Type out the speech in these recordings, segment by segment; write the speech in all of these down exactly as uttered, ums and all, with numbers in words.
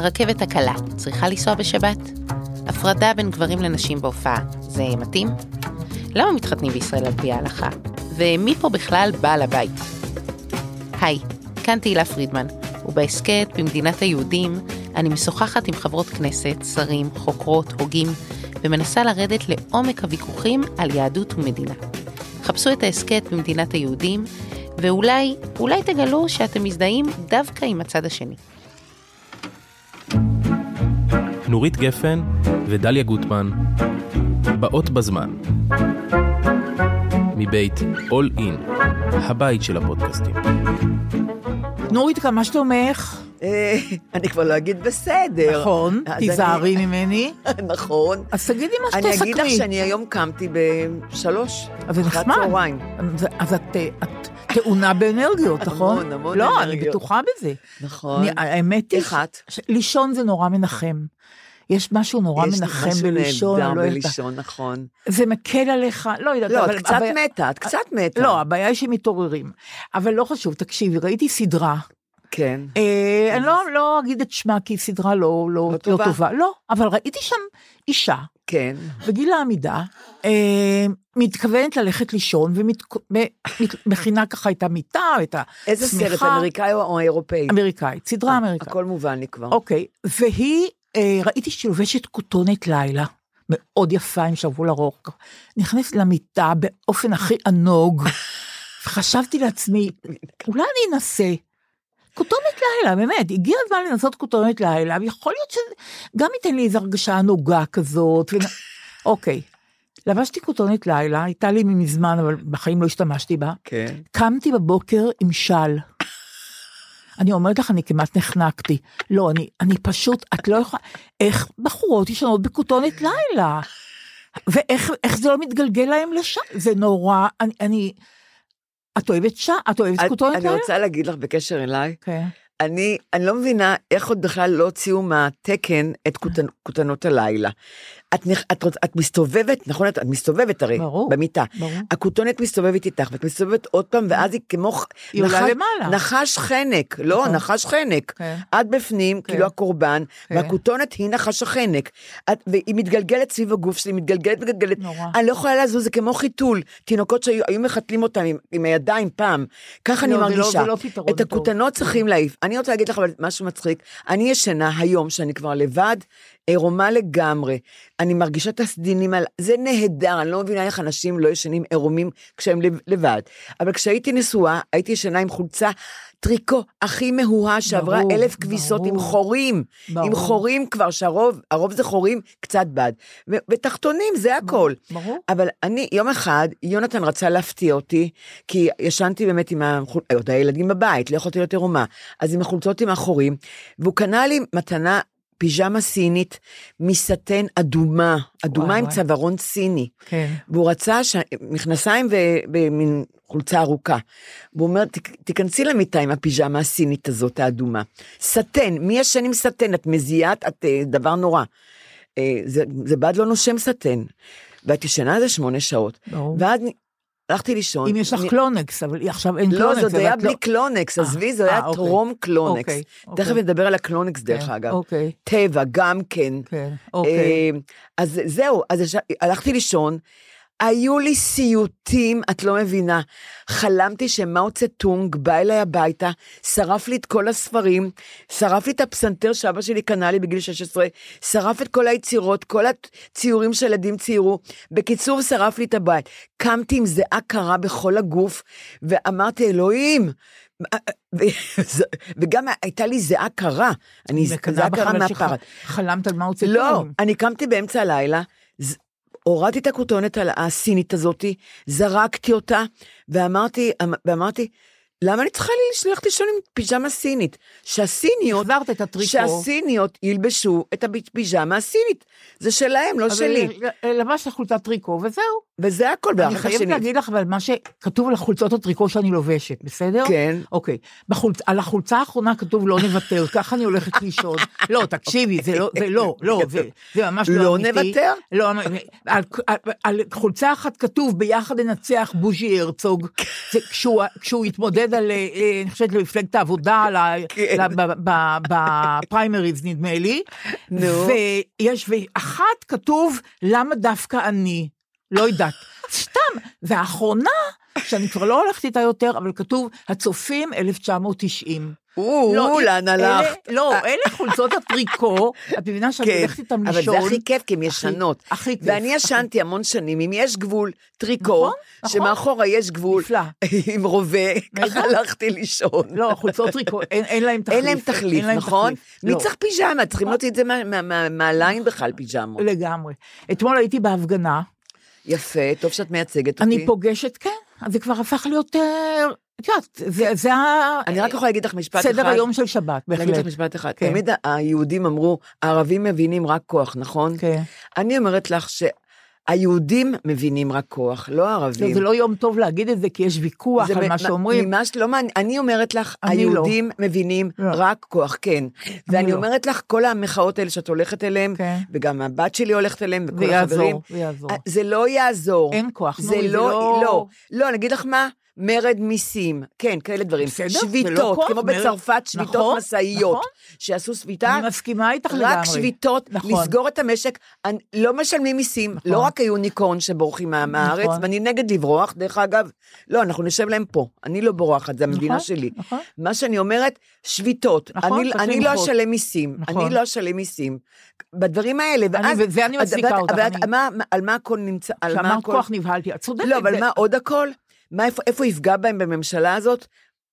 הרכבת הקלה צריכה לנסוע בשבת? הפרדה בין גברים לנשים בהופעה, זה מתאים? למה מתחתנים בישראל על פי ההלכה? ומי פה בכלל בעל הבית? היי, כאן תהילה פרידמן, ובהסקט במדינת היהודים אני משוחחת עם חברות כנסת, שרים, חוקרות, הוגים, ומנסה לרדת לעומק הוויכוחים על יהדות ומדינה. חפשו את ההסקט במדינת היהודים, ואולי, אולי תגלו שאתם מזדהים דווקא עם הצד השני. נורית גפן ודליה גוטמן, באות בזמן. מבית All In, הבית של הפודקאסטים. נורית, כמה שלומך? אני כבר לא אגיד בסדר. נכון, תיזהרי ממני. נכון. אז תגידי מה שתסכמי. אני אגיד לך שאני היום קמתי בשלוש. זה נחמד. אז את תאונה באנרגיות, נכון? המון, המון לא, אנרגיות. אני בטוחה בזה. נכון. האמת היא, לישון זה נורא מנחם. יש משהו נורא מנחם בלישון. יש משהו נהדר בלישון, נכון. זה מקל עליך, לא יודעת. לא, את קצת מתה, את קצת מתה. לא, הבעיה היא שמתעוררים. אבל לא חשוב, תקשיבי, ראיתי סדרה. כן. אני לא אגיד את שמה, כי סדרה לא טובה. לא, אבל ראיתי שם אישה. כן. בגיל העמידה, מתכוונת ללכת לישון, ומכינה ככה את המיטה, את השמיכה. איזה סרט, אמריקאי או אירופאי? אמריקאית, סדרה אמריקאית. הכל מובן לי כבר. אוקיי, והיא, ראיתי שהיא לובשת כותונת לילה, מאוד יפה עם שרוול ארוך, נכנסת למיטה באופן הכי ענוג, וחשבתי לעצמי, אולי אני אנסה, כותונת לילה, באמת, הגיע הזמן לנסות כותונת לילה, ויכול להיות שגם ייתן לי איזו הרגשה ענוגה כזאת, אוקיי, לבשתי כותונת לילה, הייתה לי מזמן, אבל בחיים לא השתמשתי בה, כן. קמתי בבוקר עם של, אני אומרת לך, אני כמעט נחנקתי, לא, אני, אני פשוט, את לא יכולה, איך בחורות ישנות בכותונת לילה, ואיך איך זה לא מתגלגל להם לשם, זה נורא, אני, אני את אוהבת שעה? את אוהבת כותונת לילה? אני רוצה להגיד לך בקשר אליי, כן. אני, אני לא מבינה איך עוד בכלל לא הוציאו מהתקן את כותנות הלילה. את, את, את מסתובבת, נכון? את, את מסתובבת הרי, ברור, במיטה. ברור. הכותונת מסתובבת איתך, ואת מסתובבת עוד פעם, ואז היא כמו... היא נח, עולה למעלה. נחש חנק, לא, נכון. נחש חנק. כן. את בפנים, כן. כאילו הקורבן, כן. והכותונת היא נחש החנק. את, והיא מתגלגלת סביב הגוף שלי, מתגלגלת, מתגלגלת. נורא. אני לא יכולה לזוז, זה כמו חיתול. תינוקות שהיו מחתלים אותם עם, עם הידיים פעם. ככה לא, אני מרגישה. זה לא, זה לא פתרון את הכותנות צריכים להעיף. אני רוצה להגיד לך אבל משהו מצחיק. אני ישנה היום, שאני כבר לבד, עירומה לגמרי. אני מרגישה את הסדינים על... זה נהדר, אני לא מבינה איך אנשים לא ישנים עירומים כשהם לבד. אבל כשהייתי נשואה, הייתי ישנה עם חולצה טריקו הכי מהוהה, שעברה ברור, אלף כביסות ברור, עם חורים. ברור. עם חורים כבר, שהרוב, הרוב זה חורים, קצת בד. ו- ותחתונים, זה הכל. ברור. אבל אני, יום אחד, יונתן רצה להפתיע אותי, כי ישנתי באמת עם החול... הילדים בבית, לא יכולתי להיות עירומה. אז עם החולצות עם החורים, והוא קנה לי מתנה, פיג'מה סינית, מסטן אדומה, אדומה וואי, עם וואי. צווארון סיני. כן. והוא רצה ש... מכנסיים במין חולצה ארוכה. והוא אומר, תיכנסי למיטה עם הפיג'מה הסינית הזאת, האדומה. סטן, מי ישן עם סטן? את מזיעת, את דבר נורא. זה, זה בעד לא נושם סטן. ואת ישנה זה שמונה שעות. ברור. ועד... הלכתי לישון. אם יש לך קלונקס, אבל עכשיו אין קלונקס. לא, זה היה בלי קלונקס, עזבי, זה היה טרום קלונקס. תכף נדבר על הקלונקס דרך אגב. טבע, גם כן. אז זהו, אז הלכתי לישון, היו לי סיוטים, את לא מבינה, חלמתי שמאו צטונג בא אליי הביתה, שרף לי את כל הספרים, שרף לי את הפסנתר שאבא שלי קנה לי בגיל שש עשרה, שרף את כל היצירות, כל הציורים שהילדים ציירו, בקיצור שרף לי את הבית, קמתי עם זיעה קרה בכל הגוף, ואמרתי אלוהים, וגם הייתה לי זיעה קרה, אני זיעה קרה מהפרת. חלמת על מאו צטונג? לא, אני קמתי באמצע הלילה, הורדתי את הכותונת הסינית הזאת, זרקתי אותה, ואמרתי, ואמרתי, למה אני צריכה לשלוח לישון עם פיג'מה סינית? שהסיניות, שהסיניות ילבשו את הפיג'מה הסינית. זה שלהם, לא שלי. לבש לחולצת טריקו, וזהו. וזה הכל. אני חייבת להגיד לך, אבל מה שכתוב על החולצות הטריקו שאני לובשת, בסדר? כן. אוקיי. על החולצה האחרונה כתוב לא נוותר, ככה אני הולכת לישון. לא, תקשיבי, זה לא, זה לא, לא, זה ממש לא אמיתי. לא נוותר? לא, על חולצה אחת כתוב, ביחד ננצח בוז'י הרצוג, כשהוא התמודד על, אני חושבת, למפלגת העבודה, בפריימריז נדמה לי, ויש, ואחת כתוב, למה דווקא אני? לא יודעת, סתם, והאחרונה, שאני כבר לא הולכת איתה יותר, אבל כתוב, הצופים אלף תשע מאות תשעים. או, לאן הלכת? לא, אלה חולצות הטריקו, את מבינה שאני הולכת איתם לישון. אבל זה הכי כיף, כי הם ישנות. הכי כיף. ואני ישנתי המון שנים, אם יש גבול טריקו, שמאחורה יש גבול, עם רובה, ככה הלכתי לישון. לא, חולצות טריקו, אין להם תחליף. אין להם תחליף, נכון? מי צריך פיג'מה? צריכים להוציא את זה מהליין בכלל פיג'מות. לגמרי. אתמול הייתי בהפגנה. יפה, טוב שאת מייצגת אותי. אני פוגשת, כן, אז זה כבר הפך להיות, את יודעת, זה ה... אני רק יכולה להגיד לך משפט אחד. סדר היום של שבת, בהחלט. להגיד לך משפט אחד. תמיד היהודים אמרו, הערבים מבינים רק כוח, נכון? כן. אני אומרת לך שהיהודים מבינים רק כוח, לא הערבים. זה לא יום טוב להגיד את זה, כי יש ויכוח על מה שאומרים. ממש לא, אני אומרת לך, היהודים מבינים רק כוח, כן. ואני אומרת לך, כל המחאות האלה שאת הולכת אליהם, וגם הבת שלי הולכת אליהם, וכל החברים, זה לא יעזור. אין כוח. זה לא, לא. לא, אני אגיד לך מה? מרד מיסים, כן, כאלה דברים, שביתות, כמו בצרפת, שביתות מסעיות, שעשו שביתה, אני מסכימה איתך לגמרי, רק שביתות, לסגור את המשק, לא משלמים מיסים, לא רק היוניקורן שבורחים מהארץ, ואני נגד לברוח, דרך אגב, לא, אנחנו נשב להם פה, אני לא בורחת, זה המדינה שלי, מה שאני אומרת, שביתות, אני לא אשלם מיסים, אני לא אשלם מיסים, בדברים האלה, וזה אני מצדיקה אותך, על מה הכל נמצא, שאמרת כוח נבהלתי, את צודקת, לא, אבל מה עוד הכל? מה, איפה, איפה יפגע בהם בממשלה הזאת?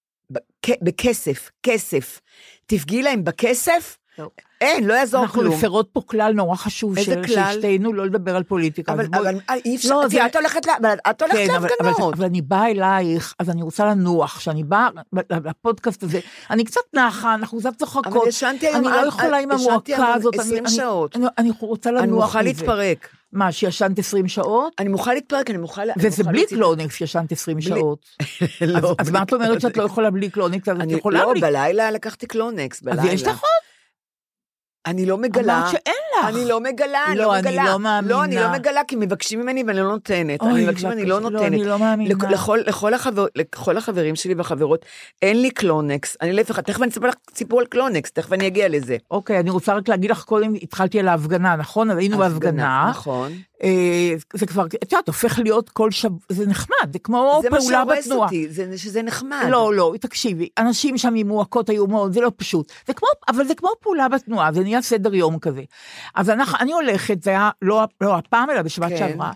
בכסף, כסף. תפגעי להם בכסף? לא. אין, לא יעזור אנחנו כלום. אנחנו מפרות פה כלל נורא חשוב, של, ששתינו לא לדבר על פוליטיקה. אבל, בוא... אבל אי אפשר, לא, זה... את הולכת, לה, את הולכת כן, להפגנות. אבל, אבל, אבל אני באה אלייך, אז אני רוצה לנוח, שאני באה לפודקאסט הזה, אני קצת נחה, אנחנו קצת צוחקות, אבל ישנתי אני לא יכולה עם המועקה הזאת, עשרים שעות. אני, אני, אני רוצה לנוח מזה. אני מוכרחה להתפרק. מה, שישנת עשרים שעות? אני מוכרחה להתפרק, אני מוכרחה... וזה בלי קלונקס שישנת עשרים שעות. אז מה את אומרת שאת לא יכולה בלי קלונקס? לא, בלילה לקחתי קלונקס, בלילה. אז יש לך עוד? אני לא מגלה. אמרת שאין לך. אני לא מגלה, אני לא, לא אני מגלה. לא מאמינה. לא, אני לא מגלה, כי מבקשים ממני ואני לא נותנת. אני מבקשים, אני לא נותנת. לא, אני לא מאמינה. לכל החברים שלי והחברות, אין לי קלונקס. אני להפך, תכף אני אספר לך סיפור על קלונקס, תכף אני אגיע לזה. אוקיי, אני רוצה רק להגיד לך קודם, התחלתי על ההפגנה, נכון? היינו בהפגנה. נכון. זה כבר, את יודעת, הופך להיות כל שבוע, זה נחמד, זה כמו פעולה בתנועה. זה מה שהורס אותי, שזה נחמד. לא, לא, תקשיבי, אנשים שם עם מועקות היו מאוד, זה לא פשוט. זה כמו, אבל זה כמו פעולה בתנועה, זה נהיה סדר יום כזה. אז אנחנו, אני הולכת, זה היה לא, לא הפעם, אלא בשבת כן. שעברה.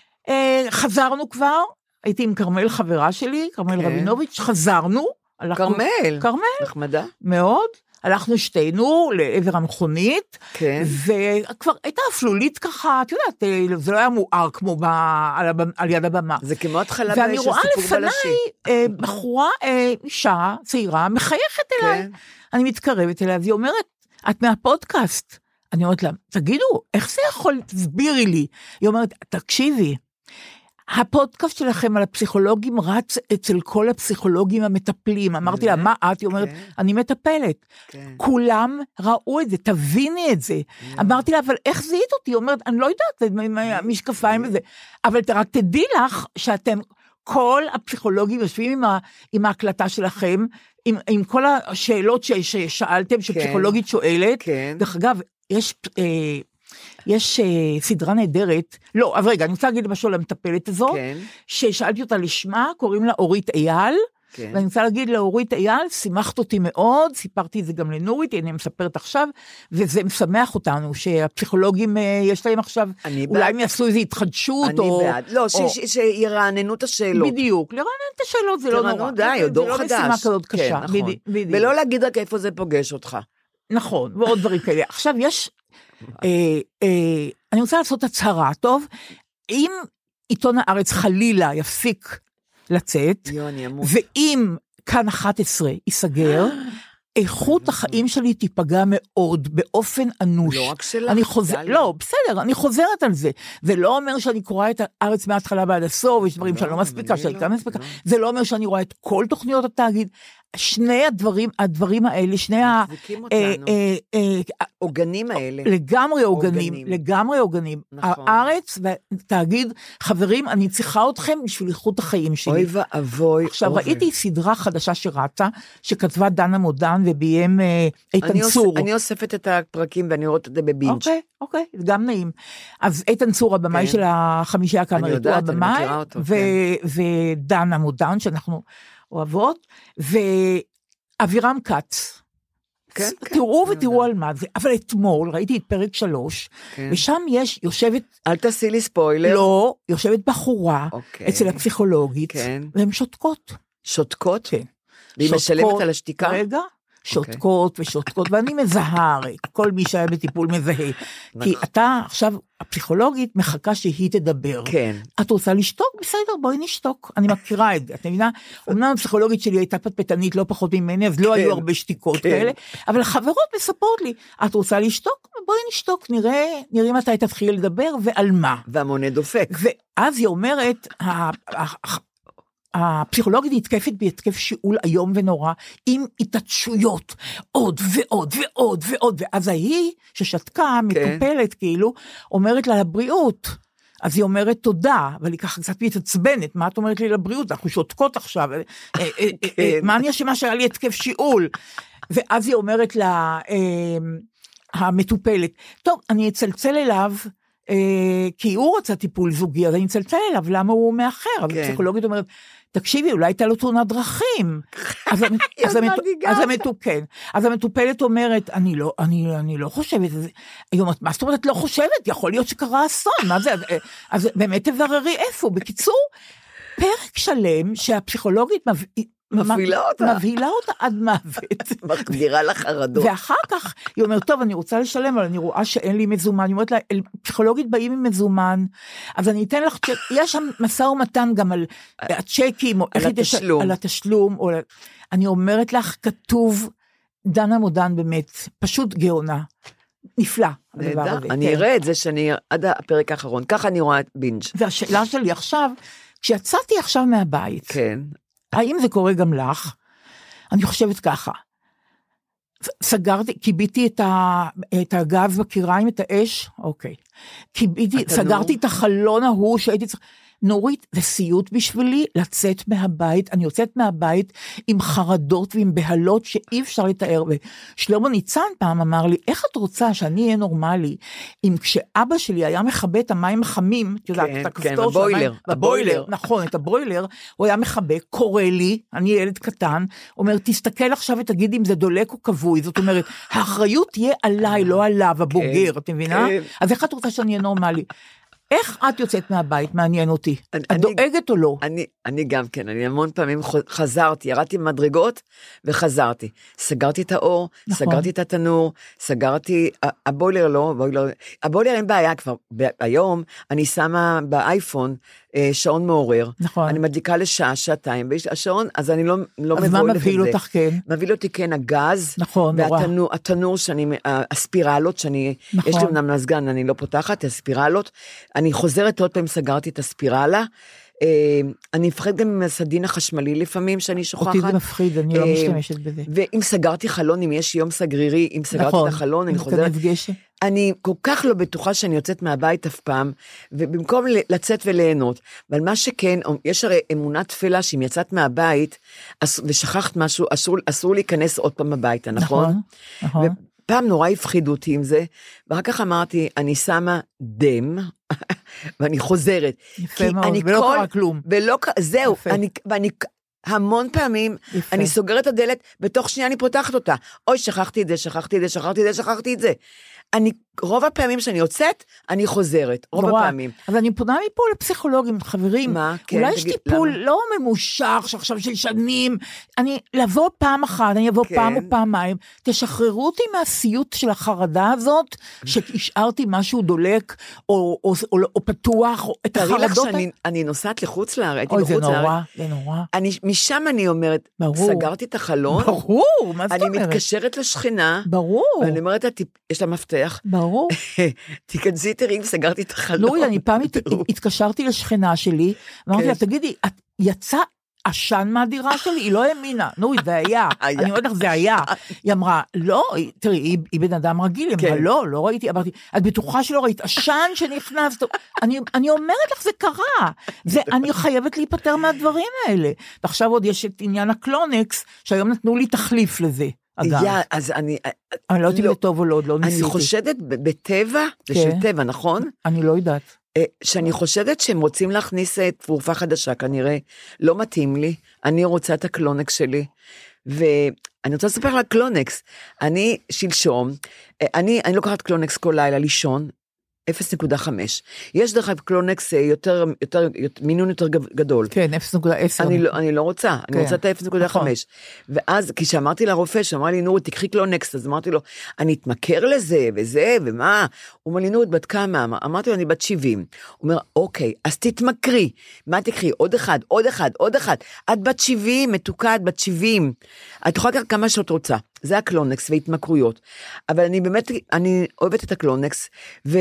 חזרנו כבר, הייתי עם קרמל חברה שלי, קרמל כן. רבינוביץ', חזרנו. קרמל? קרמל. נחמדה. מאוד. הלכנו שתינו לעבר המכונית, כן. וכבר הייתה אפלולית ככה, את יודעת, זה לא היה מואר כמו ב, על, הבמה, על יד הבמה. זה כמו התחלה ואני רואה לפניי אה, בחורה, אה, אישה, צעירה, מחייכת אליי. כן. אני מתקרבת אליה, והיא אומרת, את מהפודקאסט. אני אומרת לה, תגידו, איך זה יכול, תסבירי לי. היא אומרת, תקשיבי, הפודקאסט שלכם על הפסיכולוגים רץ אצל כל הפסיכולוגים המטפלים. אמרתי לה, מה את? היא אומרת, אני מטפלת. כולם ראו את זה, תביני את זה. אמרתי לה, אבל איך זיהית אותי? היא אומרת, אני לא יודעת, משקפיים וזה. אבל רק תדעי לך שאתם, כל הפסיכולוגים יושבים עם ההקלטה שלכם, עם כל השאלות ששאלתם, שפסיכולוגית שואלת. דרך אגב, יש... יש uh, סדרה נהדרת, לא, אבל רגע, אני רוצה להגיד משהו למטפלת הזו, כן. ששאלתי אותה לשמה, קוראים לה אורית אייל, כן. ואני רוצה להגיד לאורית אייל, שימחת אותי מאוד, סיפרתי את זה גם לנורית, אני מספרת עכשיו, וזה משמח אותנו, שהפסיכולוגים uh, יש להם עכשיו, אולי בעד. הם יעשו איזו התחדשות, אני או... בעד, לא, או... שירעננו את השאלות. בדיוק, לרענן את השאלות זה לא נורא. די, או דור חדש. זה לא משימה כזאת כן, קשה. נכון. בדיוק, בדיוק. ולא להגיד רק איפה זה פוגש אותך. נכון, ועוד דברים כאלה. עכשיו יש... אני רוצה לעשות הצהרה, טוב? אם עיתון הארץ חלילה יפסיק לצאת, ואם כאן אחת עשרה ייסגר, איכות החיים שלי תיפגע מאוד, באופן אנוש. לא רק שלך. אני חוזר, לא, בסדר, אני חוזרת על זה. זה לא אומר שאני קוראה את הארץ מההתחלה ועד הסוף, יש דברים שאני לא מספיקה, שאני כאן מספיקה. זה לא אומר שאני רואה את כל תוכניות התאגיד. שני הדברים, הדברים האלה, שני העוגנים האלה. לגמרי עוגנים, לגמרי עוגנים. הארץ והתאגיד, חברים, אני צריכה אתכם בשביל איכות החיים שלי. אוי ואבוי. עכשיו, ראיתי סדרה חדשה שרצה, שכתבה דנה מודן וביים איתן צור. אני אוספת את הפרקים ואני רואה את זה בבינג'. אוקיי, אוקיי, זה גם נעים. אז איתן צור, הבמאי של החמישייה הקאמרית, הוא הבמאי, ודנה מודן, שאנחנו אוהבות, ואבירם כץ. כן, תראו ותראו על מה זה, אבל אתמול ראיתי את פרק שלוש, ושם יש, יושבת... אל תעשי לי ספוילר. לא, יושבת בחורה, אצל הפסיכולוגית, והן שותקות. שותקות? כן. והיא משלמת על השתיקה? רגע, שותקות ושותקות, ואני מזהה, כל מי שהיה בטיפול מזהה, כי אתה עכשיו, הפסיכולוגית מחכה שהיא תדבר. כן. את רוצה לשתוק? בסדר, בואי נשתוק. אני מכירה את זה, את מבינה? אמנם הפסיכולוגית שלי הייתה פטפטנית, לא פחות ממני, אז לא היו הרבה שתיקות כאלה, אבל החברות מספרות לי, את רוצה לשתוק? בואי נשתוק, נראה, נראה מתי תתחיל לדבר, ועל מה. והמונה דופק. ואז היא אומרת, הפסיכולוגית נתקפת בהתקף שיעול היום ונורא, עם התעטשויות, עוד ועוד ועוד ועוד, ואז ההיא ששתקה, מטופלת כאילו, אומרת לה לבריאות, אז היא אומרת תודה, אבל היא ככה קצת מתעצבנת, מה את אומרת לי לבריאות, אנחנו שותקות עכשיו, מה אני אשמה שהיה לי התקף שיעול, ואז היא אומרת לה, המטופלת, טוב, אני אצלצל אליו, כי הוא רוצה טיפול זוגי, אז אני אצלצל אליו, למה הוא מאחר, אז הפסיכולוגית אומרת, תקשיבי, אולי הייתה לו תאונת דרכים. אז המטופלת אומרת, אני לא, אני, אני לא חושבת, מה זאת אומרת, לא חושבת, יכול להיות שקרה אסון, מה זה, אז באמת תבררי איפה, בקיצור, פרק שלם שהפסיכולוגית מבהילה אותה. מבהילה אותה עד מוות. מחדירה לחרדות. ואחר כך היא אומרת, טוב, אני רוצה לשלם, אבל אני רואה שאין לי מזומן. היא אומרת לה, פסיכולוגית באים עם מזומן, אז אני אתן לך, יש שם מסע ומתן גם על הצ'קים, על התשלום. על התשלום. אני אומרת לך, כתוב, דנה מודן באמת, פשוט גאונה. נפלא. אני אראה את זה שאני, עד הפרק האחרון, ככה אני רואה את בינג'. והשאלה שלי עכשיו, כשיצאתי עכשיו מהבית, כן. האם זה קורה גם לך? אני חושבת ככה, סגרתי, קיביתי את, ה, את הגז בקיריים, את האש, אוקיי, קיביתי, סגרתי את החלון ההוא שהייתי צריך, נורית, זה סיוט בשבילי לצאת מהבית, אני יוצאת מהבית עם חרדות ועם בהלות שאי אפשר לתאר, ושלמה ניצן פעם אמר לי, איך את רוצה שאני אהיה נורמלי, אם כשאבא שלי היה מכבה את המים החמים, את יודעת, את הכפתור, בבוילר, בבוילר, נכון, את הבוילר, הוא היה מכבה, קורא לי, אני ילד קטן, אומר, תסתכל עכשיו ותגיד אם זה דולק או כבוי, זאת אומרת, האחריות תהיה עליי, לא עליו, הבוגר, את מבינה? אז איך את רוצה שאני אהיה נורמלי? איך את יוצאת מהבית, מעניין אותי? את דואגת או לא? אני, אני גם כן, אני המון פעמים חזרתי, ירדתי במדרגות וחזרתי. סגרתי את האור, נכון. סגרתי את התנור, סגרתי, הבוילר לא, הבוילר, הבוילר אין בעיה כבר, היום אני שמה באייפון שעון מעורר, נכון. אני מדליקה לשעה, שעתיים, השעון, אז אני לא, לא מבוילת את זה. אז מה מבהיל אותך כן? מבהיל אותי כן הגז, נכון, והתנור, נורא. התנור שאני, הספירלות שאני, נכון. יש לי אמנם מזגן, אני לא פותחת, הספירלות, אני חוזרת עוד פעם, סגרתי את הספירלה, אני מפחד גם עם הסדין החשמלי לפעמים שאני שוכחת. אותי זה מפחיד, אני לא משתמשת בזה. ואם סגרתי חלון, אם יש יום סגרירי, אם סגרתי את החלון, אני חוזרת. אני כל כך לא בטוחה שאני יוצאת מהבית אף פעם, ובמקום לצאת וליהנות, אבל מה שכן, יש הרי אמונה תפלה, שאם יצאת מהבית, ושכחת משהו, אסור להיכנס עוד פעם הביתה, נכון? נכון. פעם נורא הפחידו אותי עם זה, ואחר כך אמרתי, אני שמה דם, ואני חוזרת. יפה מאוד, ולא כל, קרה כלום. ולא, זהו, אני, ואני המון פעמים, יפה. אני סוגרת את הדלת, בתוך שנייה אני פותחת אותה. אוי, שכחתי את זה, שכחתי את זה, שכחתי את זה, שכחתי את זה. אני רוב הפעמים שאני יוצאת, אני חוזרת, רוב נורא. הפעמים. אז אני פונה מפה לפסיכולוגים, חברים, מה? כן, אולי יש תגיד, טיפול למה? לא ממושך, שעכשיו של שנים, אני, לבוא פעם אחת, אני אבוא כן. פעם או פעמיים, תשחררו אותי מהסיוט של החרדה הזאת, שהשארתי משהו דולק, או, או, או, או פתוח, או את תראי לך החרדות. שאני אני נוסעת לחוץ לארץ, הייתי אוי, זה בחוץ נורא, לארץ. זה נורא. אני, משם אני אומרת, ברור. סגרתי את החלון, ברור, מה זאת אני אומרת? מתקשרת לשכנה, ברור, ואני אומרת לה, יש לה מפתח, ברור. תיכנסי תראי אם סגרתי את החלון. נורי, אני פעם הת- תראו. התקשרתי לשכנה שלי, ואמרתי כן. לה, תגידי, את יצא עשן מהדירה שלי? היא לא האמינה. נורי, זה היה. היה. אני אומרת לך, זה היה. היא אמרה, לא, היא- תראי, היא- היא בן אדם רגיל, היא אמרה, כן. לא, לא ראיתי. אמרתי, את בטוחה שלא ראית עשן שנכנס? אני אני אומרת לך, זה קרה. זה, אני חייבת להיפטר מהדברים האלה. ועכשיו עוד יש את עניין הקלונקס, שהיום נתנו לי תחליף לזה, אגב. יא, אז אני, אני לא יודעת אם לא. זה טוב או לא, עוד לא אני ניסיתי. חושדת ב- בטבע, זה כן. של טבע, נכון? אני לא יודעת. אה, שאני חושדת שהם רוצים להכניס אה, תרופה חדשה, כנראה לא מתאים לי, אני רוצה את הקלונקס שלי, ואני רוצה לספר על הקלונקס, אני שלשום, אה, אני, אני לוקחת קלונקס כל לילה לישון, אפס נקודה חמש, יש דרך אגב קלונקס אה, יותר, יותר, יותר, מינון יותר גב- גדול, כן, אפס נקודה עשר. אני לא, אני לא רוצה, אני כן. רוצה את ה-אפס נקודה חמש. ואז, כשאמרתי לרופא, שאמר לי, נורית, תקחי קלונקס, אז אמרתי לו, אני אתמכר לזה, וזה, ומה? הוא אומר לי, נורית, בת כמה? אמרתי לו, אני בת שבעים. הוא אומר, אוקיי, אז תתמכרי. מה תקחי? עוד אחד, עוד אחד, עוד אחד. את בת שבעים, מתוקה, את בת שבעים. את יכולה לקחת כמה שאת רוצה. זה הקלונקס והתמכרויות. אבל אני באמת, אני אוהבת את הקלונקס, ו...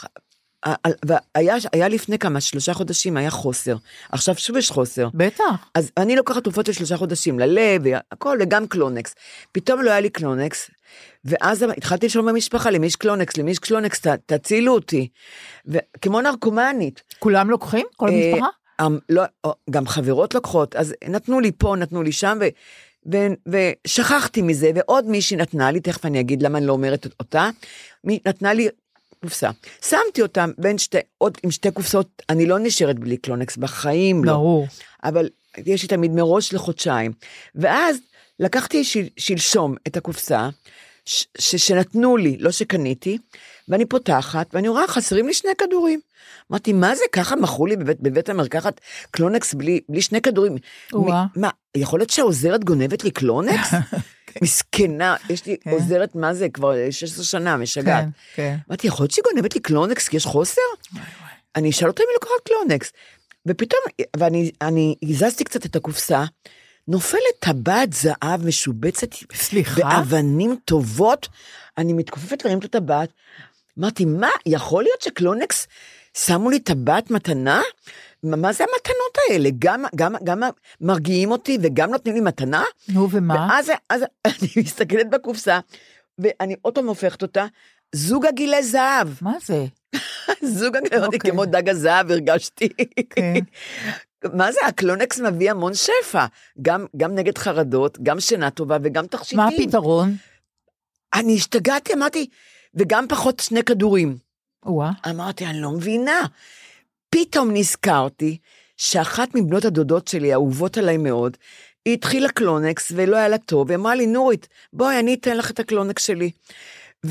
והיה היה לפני כמה, שלושה חודשים היה חוסר, עכשיו שוב יש חוסר, בטח. אז אני לוקחת תרופות לשלושה חודשים, ללב, הכל, וגם קלונקס, פתאום לא היה לי קלונקס, ואז התחלתי לשאול במשפחה, למי יש קלונקס, למי יש קלונקס, ת, תצילו אותי, וכמו נרקומנית, כולם לוקחים? כל אה, המשפחה? אמ, לא, גם חברות לוקחות, אז נתנו לי פה, נתנו לי שם, ו, ו, ושכחתי מזה, ועוד מישהי נתנה לי, תכף אני אגיד למה אני לא אומרת אותה, מי נתנה לי קופסה. שמתי אותם בין שתי, עוד עם שתי קופסות, אני לא נשארת בלי קלונקס, בחיים לא. ברור. אבל יש לי תמיד מראש לחודשיים. ואז לקחתי של, שלשום את הקופסה, ש, ש, שנתנו לי, לא שקניתי, ואני פותחת, ואני רואה, חסרים לי שני כדורים. אמרתי, מה זה? ככה מכרו לי בבית, בבית המרקחת קלונקס בלי, בלי שני כדורים. מ, מה, יכול להיות שהעוזרת גונבת לי קלונקס? מסכנה, יש לי כן. עוזרת, מה זה? כבר שש עשרה שנה, משגעת. כן, כן. אמרתי, יכול להיות שהיא גונבת לי קלונקס, כי יש חוסר? אני אשאל אותה אם היא לוקחת קלונקס. ופתאום, ואני אני הזזתי קצת את הקופסה, נופלת טבעת זהב משובצת, סליחה? באבנים טובות, אני מתכופפת להרים את הטבעת, אמרתי, מה, יכול להיות שקלונקס שמו לי טבעת מתנה? מה זה המתנות האלה? גם, גם, גם מרגיעים אותי וגם נותנים לי מתנה? נו, ומה? ואז אז, אני מסתכלת בקופסה, ואני עוד פעם הופכת אותה, זוג עגילי זהב. מה זה? זוג עגילי, אוקיי. כמו דג הזהב, הרגשתי. כן. מה זה? הקלונקס מביא המון שפע, גם, גם נגד חרדות, גם שינה טובה וגם תכשיטים. מה הפתרון? אני השתגעתי, אמרתי, וגם פחות שני כדורים. וואה. אמרתי, אני לא מבינה. פתאום נזכרתי שאחת מבנות הדודות שלי, אהובות עליי מאוד, היא התחילה קלונקס ולא היה לה טוב, ואמרה לי, נורית, בואי, אני אתן לך את הקלונקס שלי. ו...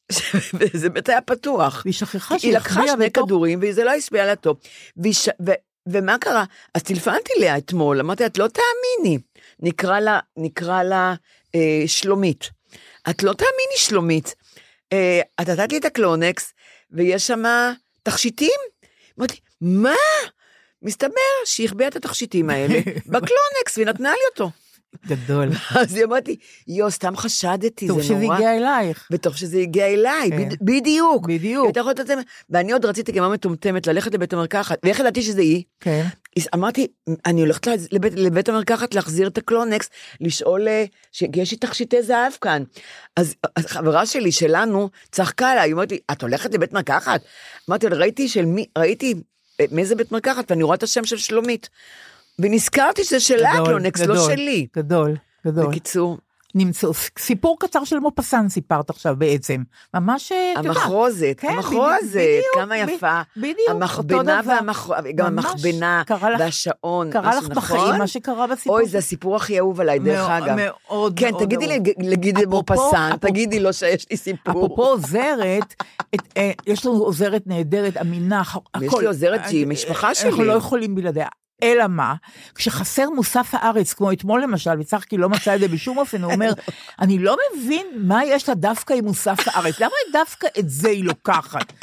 וזה בית היה פתוח. והיא שכחה היא לקחה שני בתוך... כדורים, וזה לא הספיע לה טוב. ש... ו... ומה קרה? אז טלפנתי לה אתמול, אמרתי, את לא תאמיני. נקרא לה, נקרא לה אה, שלומית. את לא תאמיני שלומית. אה, את נתת לי את הקלונקס, ויש שם תכשיטים. אמרתי, מה? מסתבר שהיא החביאה את התכשיטים האלה בקלונקס, והיא נתנה לי אותו. גדול. אז היא אמרתי, יו, סתם חשדתי, זה נורא. טוב שזה הגיע אלייך. וטוב שזה הגיע אליי, כן. בד- בדיוק. בדיוק. ואתה יכול לתת את זה, ואני עוד רציתי כמה מטומטמת ללכת לבית המרקחת, ואיך ידעתי שזה היא? כן. אז אמרתי, אני הולכת לבית, לבית המרקחת להחזיר את הקלונקס, לשאול, אה, ש- יש לי תכשיטי זהב כאן. אז אז חברה שלי, שלנו, צחקה לה, היא אומרת לי, את הולכת לבית מרקחת? אמרתי, ראיתי של מי, ראיתי אה, מאיזה בית מרקחת, ואני רואה את השם של שלומית. ונזכרתי שזה שלה גדול, הקלונקס, גדול, לא שלי. גדול, גדול. בקיצור, נמצאו, סיפור קצר של מופסן סיפרת עכשיו בעצם, ממש, המחרוזת, כן, המחרוזת, בדיוק, כמה יפה, בדיוק, המכבנה והמחרוזת, גם המכבנה והשעון, קרה לך בחיים מה שקרה בסיפור. אוי, זה הסיפור הכי אהוב עליי, דרך אגב. מאוד, כן, מאוד. תגידי לי, לגידי מופסן, תגידי לו שיש לי סיפור. אפרופו עוזרת, יש לנו עוזרת נהדרת, אמינה, יש לי עוזרת שהיא משפחה שלי. אנחנו לא יכולים בלעדיה. אלא מה? כשחסר מוסף הארץ, כמו אתמול למשל, וצחקי לא מצא את זה בשום אופן, הוא אומר, אני לא מבין מה יש לה דווקא עם מוסף הארץ, למה דווקא את זה היא לוקחת?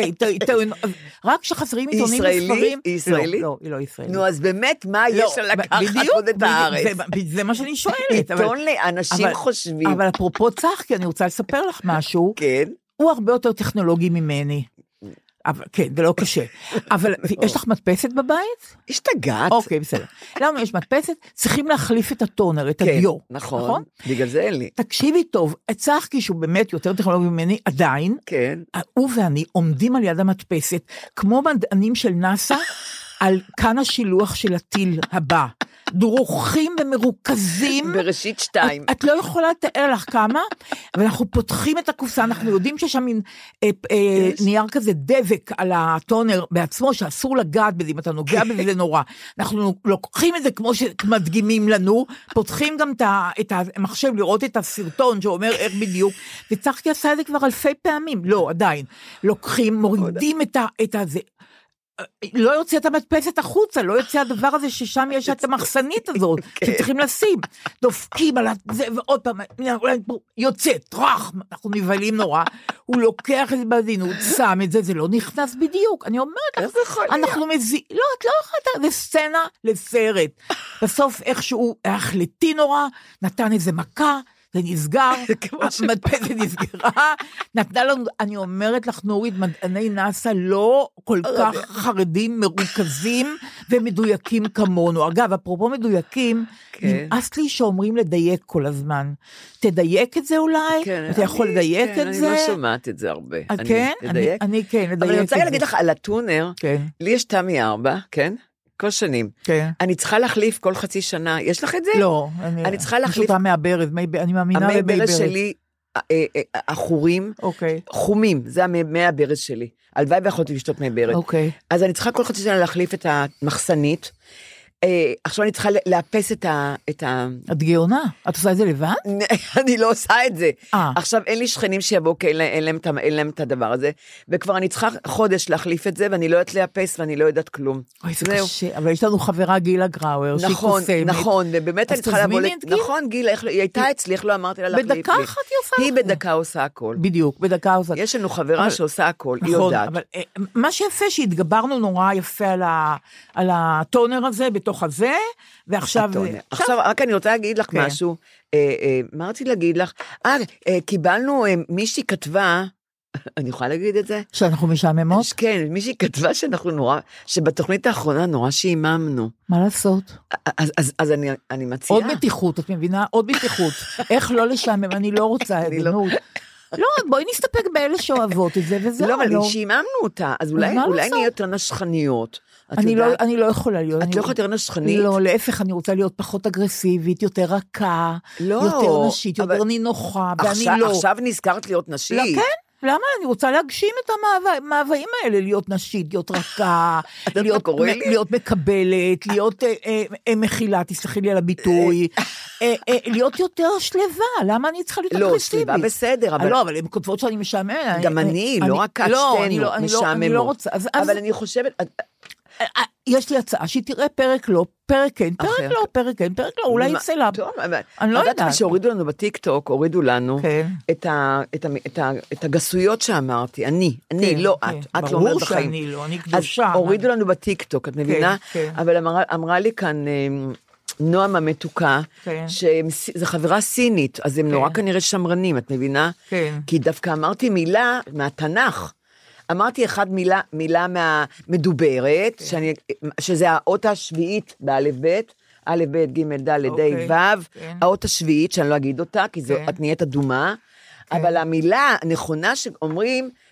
רק כשחסרים עיתונים וספרים... היא ישראלית? לא, היא לא ישראלית. נו, אז באמת, מה יש לה לקחת עוד את הארץ? זה מה שאני שואלת. עיתון לאנשים חושבים. אבל אפרופו צחקי, אני רוצה לספר לך משהו. כן. הוא הרבה יותר טכנולוגי ממני. אבל, כן, זה לא קשה. אבל יש לך מדפסת בבית? השתגעת. אוקיי, בסדר. למה יש מדפסת? צריכים להחליף את הטונר, את הדיו. כן, נכון. בגלל זה אין לי. תקשיבי טוב, צחקי שהוא באמת יותר טכנולוגי ממני, עדיין, כן. הוא ואני עומדים על יד המדפסת, כמו מדענים של נאסא, על כאן השילוח של הטיל הבא. דרוכים ומרוכזים. בראשית שתיים. את, את לא יכולה לתאר לך כמה, אבל אנחנו פותחים את הקופסה, אנחנו יודעים שיש שם מין אה, אה, נייר כזה דבק על הטונר בעצמו, שאסור לגעת בזה, אם אתה נוגע בזה זה נורא. אנחנו לוקחים את זה כמו שמדגימים לנו, פותחים גם את, ה, את המחשב לראות את הסרטון שאומר איך בדיוק, וצחקי עשה את זה כבר אלפי פעמים, לא, עדיין. לוקחים, מורידים את, ה, את הזה. לא יוצא את המדפסת החוצה, לא יוצא הדבר הזה ששם יש את המחסנית הזאת, שצריכים לשים, דופקים על זה, ועוד פעם, יוצא, טרח, אנחנו נבהלים נורא, הוא לוקח את זה בעדינות, שם את זה, זה לא נכנס בדיוק, אני אומרת לך, אנחנו מזיעים, לא, את לא יכולת, זה סצנה לסרט, בסוף איכשהו החלטי נורא, נתן איזה מכה, זה נסגר, המדפסת נסגרה, נתנה לנו, אני אומרת לך נורית, מדעני נאסא לא כל כך חרדים, מרוכזים ומדויקים כמונו. אגב, אפרופו מדויקים, נמאס לי שאומרים לדייק כל הזמן. תדייק את זה אולי? אתה יכול לדייק את זה? אני לא שומעת את זה הרבה. כן? אני כן, לדייק את זה. אבל אני רוצה להגיד לך על הטונר, לי יש תמי ארבע, כן? כל שנים. כן. אני צריכה להחליף כל חצי שנה. יש לך את זה? לא. אני צריכה להחליף... פשוט מהברז, אני מאמינה במי ברז. המי ברז שלי, החורים, חומים, זה המי הברז שלי. הלוואי ויכולתי לשתות מי ברז. אוקיי. אז אני צריכה כל חצי שנה להחליף את המחסנית, עכשיו אני צריכה לאפס את ה... את גאונה? את עושה את זה לבד? אני לא עושה את זה. עכשיו אין לי שכנים שיבואו, כי אין להם את הדבר הזה, וכבר אני צריכה חודש להחליף את זה, ואני לא יודעת לאפס, ואני לא יודעת כלום. אוי, זה קשה, אבל יש לנו חברה גילה גראואר, שהיא קוסמת. נכון, ובאמת אני צריכה לבוא... נכון, גילה, היא הייתה אצלי, איך לא אמרתי לה להחליף לי. בדקה אחת היא עושה. היא בדקה עושה הכל. בדיוק, בדקה עושה. יש לנו חברה שעושה הכל, היא יודעת. אבל מה שיפה שהתגברנו נורא יפה על הטונר הזה, בתוך הזה, ועכשיו... עכשיו, רק אני רוצה להגיד לך משהו, מה רציתי להגיד לך? אה, קיבלנו, מישהי כתבה, אני יכולה להגיד את זה? שאנחנו משעממות? כן, מישהי כתבה שאנחנו נורא, שבתוכנית האחרונה נורא שיממנו. מה לעשות? אז אני מציעה... עוד בטיחות, את מבינה? עוד בטיחות. איך לא לשעמם? אני לא רוצה את זה, נו. לא, בואי נסתפק באלה שאוהבות את זה, וזהו. לא, אבל שיממנו אותה, אז אולי נהיה יותר נשכניות. אני לא, אני לא יכולה להיות. את לא יכולה יותר נשכנית? לא, להפך, אני רוצה להיות פחות אגרסיבית, יותר רכה, יותר נשית, יותר נינוחה, ואני לא. עכשיו נזכרת להיות נשית? לא, כן. למה? אני רוצה להגשים את המאוויים האלה, להיות נשית, להיות רכה, להיות מקבלת, להיות מכילה, תסלחי לי על הביטוי, להיות יותר שלווה, למה אני צריכה להיות אגרסיבית? לא, שלווה בסדר. לא, אבל הן כותבות שאני משעממת. גם אני, לא רק שתינו, משעממות. אני לא רוצה. אבל אני חושבת... יש לי הצעה, שהיא תראה פרק לא, פרק כן, פרק לא, פרק כן, פרק לא, אולי יצא לה. אני לא יודעת. שהורידו לנו בטיק-טוק, הורידו לנו את הגסויות שאמרתי, אני, אני, לא את, את לא אומרת בחיים. ברור שאני לא, אני קדושה. אז הורידו לנו בטיק-טוק, את מבינה? אבל אמרה לי כאן נועם המתוקה, שזה חברה סינית, אז הם נורא כנראה שמרנים, את מבינה? כי דווקא אמרתי מילה מהתנ"ך, אמרתי אחד מילה, מילה מהמדוברת, שאני, שזה האות השביעית באלף בית, א' ב' ג' ד' ד' ו', האות השביעית, שאני לא אגיד אותה, כי את נהיית אדומה, אבל המילה הנכונה שאומרים,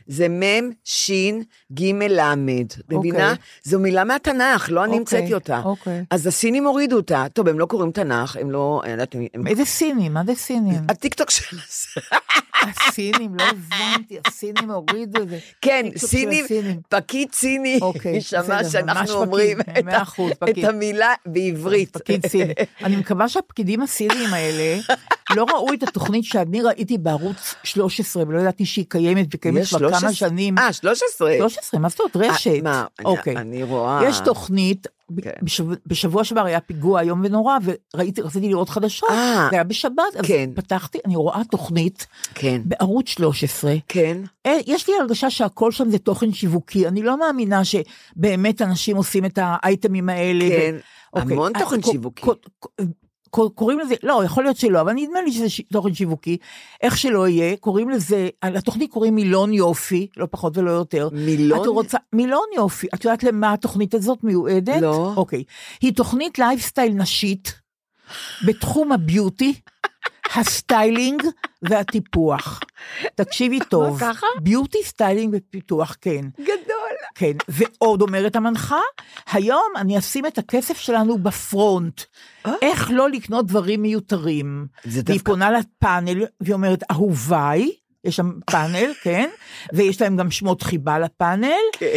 זה מם, שין, ג' למד. מבינה? זו מילה מהתנ"ך, לא אני המצאתי אותה. אז הסינים הורידו אותה. טוב, הם לא קוראים תנ"ך, הם לא... איזה סינים? מה זה סינים? הטיקטוק של זה. הסינים, לא הבנתי, הסינים הורידו את זה. כן, סינים, פקיד סיני, שמע שאנחנו אומרים את המילה בעברית. פקיד סיני. אני מקווה שהפקידים הסינים האלה לא ראו את התוכנית שאני ראיתי בערוץ שלוש עשרה, ולא ידעתי שהיא קיימת, וקיימת כבר כמה שנים. אה, שלוש עשרה? שלוש עשרה, מה זאת אומרת? רשת. מה, אני רואה. יש תוכנית, בשבוע שעבר היה פיגוע היום ונורא, וראיתי, רציתי לראות חדשות, זה היה בשבת, אז פתחתי, אני רואה תוכנית, בערוץ שלוש עשרה, יש לי הרגשה שהכל שם זה תוכן שיווקי, אני לא מאמינה שבאמת אנשים עושים את האייטמים האלה. כן, המון תוכן שיווקי. קוראים לזה, לא, יכול להיות שלא, אבל נדמה לי שזה תוכן שיווקי, איך שלא יהיה, קוראים לזה, לתוכנית קוראים מילון יופי, לא פחות ולא יותר. מילון? את רוצה, מילון יופי, את יודעת למה התוכנית הזאת מיועדת? לא. אוקיי, היא תוכנית לייפסטייל נשית, בתחום הביוטי, הסטיילינג והטיפוח. תקשיבי טוב. מה ככה? ביוטי, סטיילינג ופיתוח, כן. גדול. כן, ועוד אומרת המנחה, היום אני אשים את הכסף שלנו בפרונט, איך לא לקנות דברים מיותרים. והיא פונה לפאנל, והיא אומרת, אהוביי, יש שם פאנל, כן, ויש להם גם שמות חיבה לפאנל,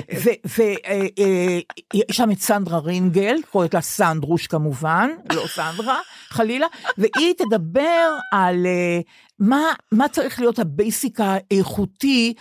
ויש שם את סנדרה רינגל, קוראת לה סנדרוש כמובן, לא סנדרה, חלילה, והיא תדבר על מה, מה צריך להיות הבייסיק האיכותי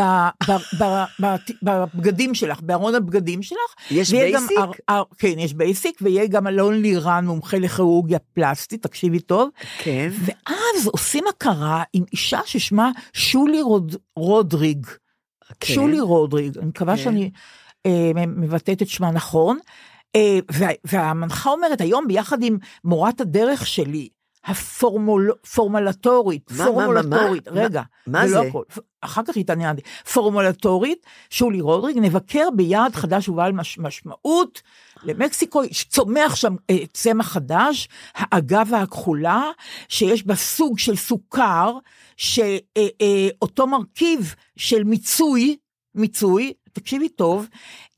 בבגדים שלך, בארון הבגדים שלך. יש בייסיק? כן, יש בייסיק, ויהיה גם אלון לירן, מומחה לכירורגיה פלסטית, תקשיבי טוב. כן. ואז עושים הכרה עם אישה ששמה שולי רודריג. שולי רודריג, אני מקווה שאני מבטאת את שמה נכון, והמנחה אומרת, היום ביחד עם מורת הדרך שלי, הפורמולטורית, פורמולטורית, רגע, מה זה? אחר כך התעניינתי, פורמולטורית, שולי רודריג, נבקר ביעד חדש ובעל משמעות, למקסיקו, צומח שם צמח חדש, האגבה הכחולה, שיש בה סוג של סוכר, שאותו מרכיב של מיצוי, מיצוי, תקשיבי טוב,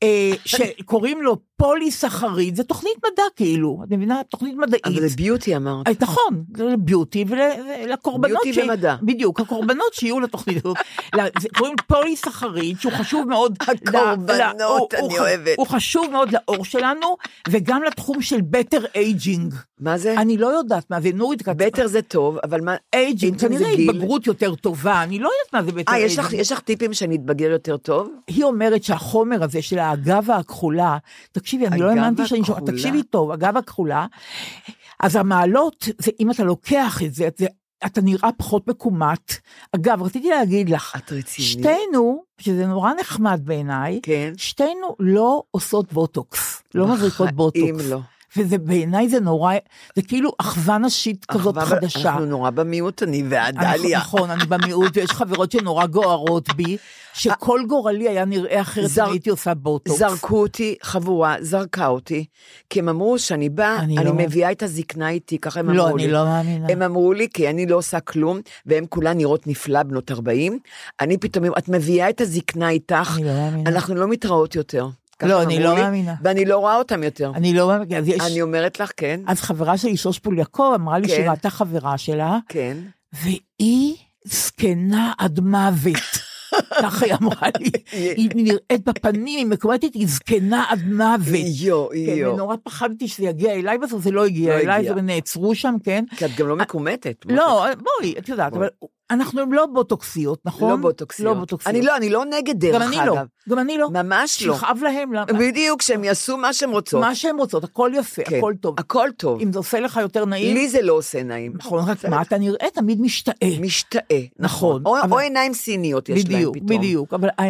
שקוראים לו פוליסחריד, זה תוכנית מדע כאילו, את מבינה? תוכנית מדעית. אבל זה ביוטי אמרת. נכון, זה ביוטי ולקורבנות. ביוטי ומדע. בדיוק, הקורבנות שיהיו לתוכנית הזאת. קוראים פוליסחריד, שהוא חשוב מאוד. הקורבנות, אני אוהבת. הוא חשוב מאוד לאור שלנו, וגם לתחום של better aging. מה זה? אני לא יודעת מה זה, נורית. better זה טוב, אבל מה? aging, כנראה התבגרות יותר טובה, אני לא יודעת מה זה better aging. אה, יש לך טיפים שאני אתבגר יותר טוב? היא אומרת שהחומר הזה של האגבה הכחולה, תקשיבי, אני לא האמנתי שאני שומעת, תקשיבי טוב, אגבה הכחולה, אז המעלות, זה, אם אתה לוקח את זה, זה, אתה נראה פחות מקומט. אגב, רציתי להגיד לך, את רצינית? שתינו, שזה נורא נחמד בעיניי, כן. שתינו לא עושות בוטוקס, לא מזריקות בוטוקס. אם לא. וזה בעיניי זה נורא, זה כאילו אחווה נשית כזאת חדשה. אנחנו נורא במיעוט, אני ועדליה. נכון, אני במיעוט, ויש חברות שנורא גוערות בי, שכל גורלי היה נראה אחרת, והייתי עושה בוטוקס. זרקו אותי, חבורה, זרקה אותי, כי הם אמרו שאני באה, אני מביאה את הזקנה איתי, ככה הם אמרו לי. לא, אני לא מאמינה. הם אמרו לי, כי אני לא עושה כלום, והם כולן נראות נפלא, בנות ארבעים, אני פתאום, את מביאה את הזקנה איתך, אנחנו לא מתראות יותר. לא, אני לא מאמינה. ואני לא רואה אותם יותר. אני לא מאמינה. אני אומרת לך, כן. אז חברה שלי, שוש פוליאקוב, אמרה לי שהיא ראתה חברה שלה, כן. והיא זקנה עד מוות. ככה היא אמרה לי. היא נראית בפנים, היא מקומתית, היא זקנה עד מוות. יו, יו. ונורא פחדתי שזה יגיע אליי, בסוף זה לא הגיע אליי, זה נעצרו שם, כן. כי את גם לא מקומתת. לא, בואי, את יודעת, אבל... אנחנו לא בוטוקסיות, נכון? לא בוטוקסיות. לא בוטוקסיות. אני לא, אני לא נגד דרך אגב. גם אני לא, גם אני לא. ממש לא. שכאב להם. בדיוק, שהם יעשו מה שהם רוצות. מה שהם רוצות, הכל יפה, כן, הכל טוב. הכל טוב. אם זה עושה לך יותר נעים. לי זה לא עושה נעים. נכון, רק מה, אתה נראה תמיד משתאה. משתאה, נכון. או, אבל... או עיניים סיניות יש בדיוק, להם פתאום. בדיוק, אבל האמת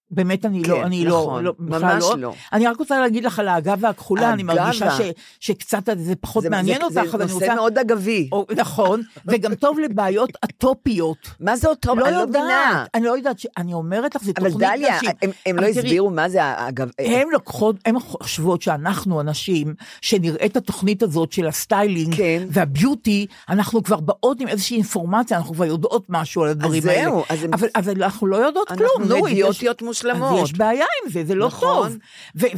באמת אני כן, לא, אני נכון, לא, ממש בכלל לא. לא. אני רק רוצה להגיד לך על האגב והכחולה, אני האגב מרגישה ה- ש, שקצת זה פחות זה- מעניין זה- אותך, זה אבל אני נושא רוצה... מאוד אגבי. או, נכון, וגם טוב לבעיות אטופיות. מה זה אותו? לא אני לא מבינה. יודעת, אני לא יודעת, ש- אני אומרת לך, זה אבל תוכנית דליה, נשים. הם- הם לא אבל תראי, הסבירו מה זה האגב... הן לוקחות, הן חושבות שאנחנו אנשים, שנראה את התוכנית הזאת של הסטיילינג, כן. והביוטי, אנחנו כבר באות עם איזושהי אינפורמציה, אנחנו כבר יודעות משהו על הדברים אז האלה. זהו, אז הם- אבל, אבל אנחנו לא יודעות אנחנו כלום, נורית. אידיוטיות יש- מושלמות. אז יש בעיה עם זה, זה לא נכון. טוב.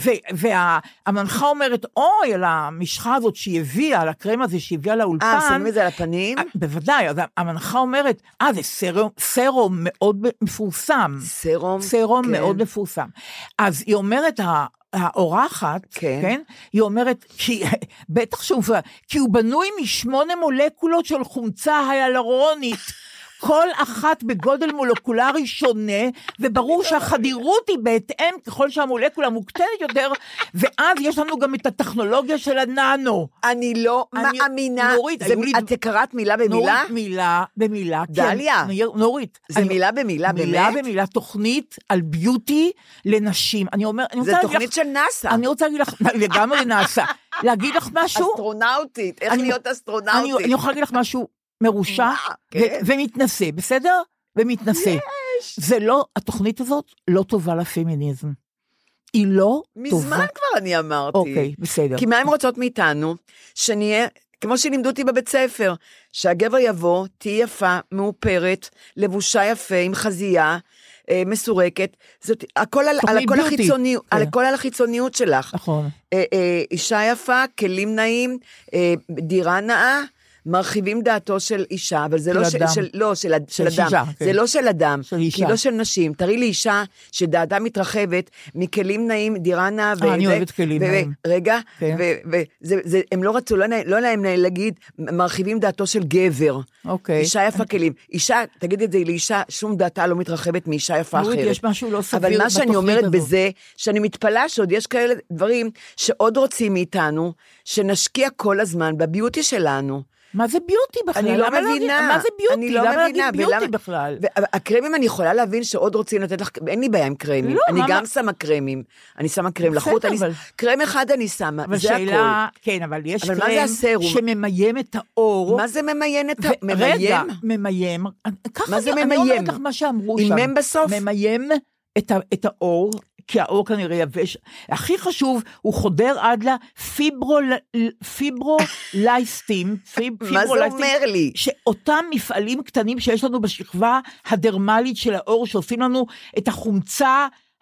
והמנחה אומרת, אוי, על המשחה הזאת שהיא הביאה, על הקרם הזה שהיא הביאה לאולפן. אה, שמים את זה על הפנים? אה, בוודאי, אז המנחה אומרת, אה, זה סרום, סרום מאוד מפורסם. סרום? סרום כן. מאוד מפורסם. אז היא אומרת, האורחת, כן. כן, היא אומרת, כי, בטח שהוא, כי הוא בנוי משמונה מולקולות של חומצה היאלורונית, כל אחת בגודל מולקולרי שונה, וברור שהחדירות היא בהתאם, ככל שהמולקולה מוקטנת יותר, ואז יש לנו גם את הטכנולוגיה של הננו. אני לא אני- מאמינה. נורית, זה- היו לי- את קראת מילה במילה? נורית, מילה במילה. דליה. כן, נורית. זה אני- מילה במילה, מילה באמת? במילה, תוכנית על ביוטי לנשים. אני אומר, אני זה רוצה להגיד תוכנית לך- של נאסא. אני רוצה להגיד לך, לגמרי נעשה, להגיד לך משהו, אסטרונאוטית, איך אני- להיות אני, אסטרונאוטית. אני יכולה להגיד לך משהו מרושע, מה? ו- כן. ומתנשא, בסדר? ומתנשא. זה לא, התוכנית הזאת לא טובה לפמיניזם. היא לא טובה. מזמן כבר אני אמרתי. אוקיי, בסדר. כי מה הן רוצות מאיתנו? שנהיה, כמו שלימדו אותי בבית ספר, שהגבר יבוא, תהי יפה, מאופרת, לבושה יפה, עם חזייה, אה, מסורקת, זאת, הכל על, על, תוכנית הכל ביוטי. החיצוניות, כן. על הכל על החיצוניות שלך. נכון. אה, אה, אישה יפה, כלים נעים, אה, דירה נאה, מרחיבים דעתו של אישה, אבל זה של לא של, אדם. של, לא, של, של של אדם, אישה, כן. זה לא של אדם, של אישה. כי לא של נשים, תראי לי אישה שדעתה מתרחבת, מכלים נעים, דירה נאה, אה, אני אוהבת כלים נעים. רגע, כן. והם לא רצו, לא נעים לא נעים להגיד, מרחיבים דעתו של גבר, אוקיי. אישה יפה כלים, אישה, תגידי את זה לאישה, שום דעתה לא מתרחבת מאישה יפה נורית, אחרת. יש משהו לא סביר אבל מה שאני בתוכנית אומרת הזאת. בזה, שאני מתפלאה שעוד יש כאלה דברים שעוד רוצים מאיתנו, שנשקיע כל הזמן בביוטי שלנו. מה זה ביוטי בכלל? אני לא למה להגיד- מבינה. מה זה ביוטי? אני לא למה מבינה, להגיד ביוטי ולמה- בכלל? והקרמים אני יכולה להבין שעוד רוצים לתת לך, אין לי בעיה עם קרמים. לא, אני מה- גם מה- שמה קרמים. אני שמה קרם בסדר, לחוט, אני- אבל- קרם אחד אני שמה, אבל זה הכל. שאלה, כן, אבל יש אבל מה קרם זה הסרום? שממיים את האור. מה זה ממיין את ה... ו- רגע, ממיין? ממיין. ככה מה זה אני- ממיין? אני אומרת לך מה שאמרו עם שם. מם בסוף? ממיין את ה- את האור, כי האור כנראה יבש. הכי חשוב, הוא חודר עד לפיברולייסטים. מה זה אומר לי? שאותם מפעלים קטנים שיש לנו בשכבה הדרמלית של האור, שעושים לנו את החומצה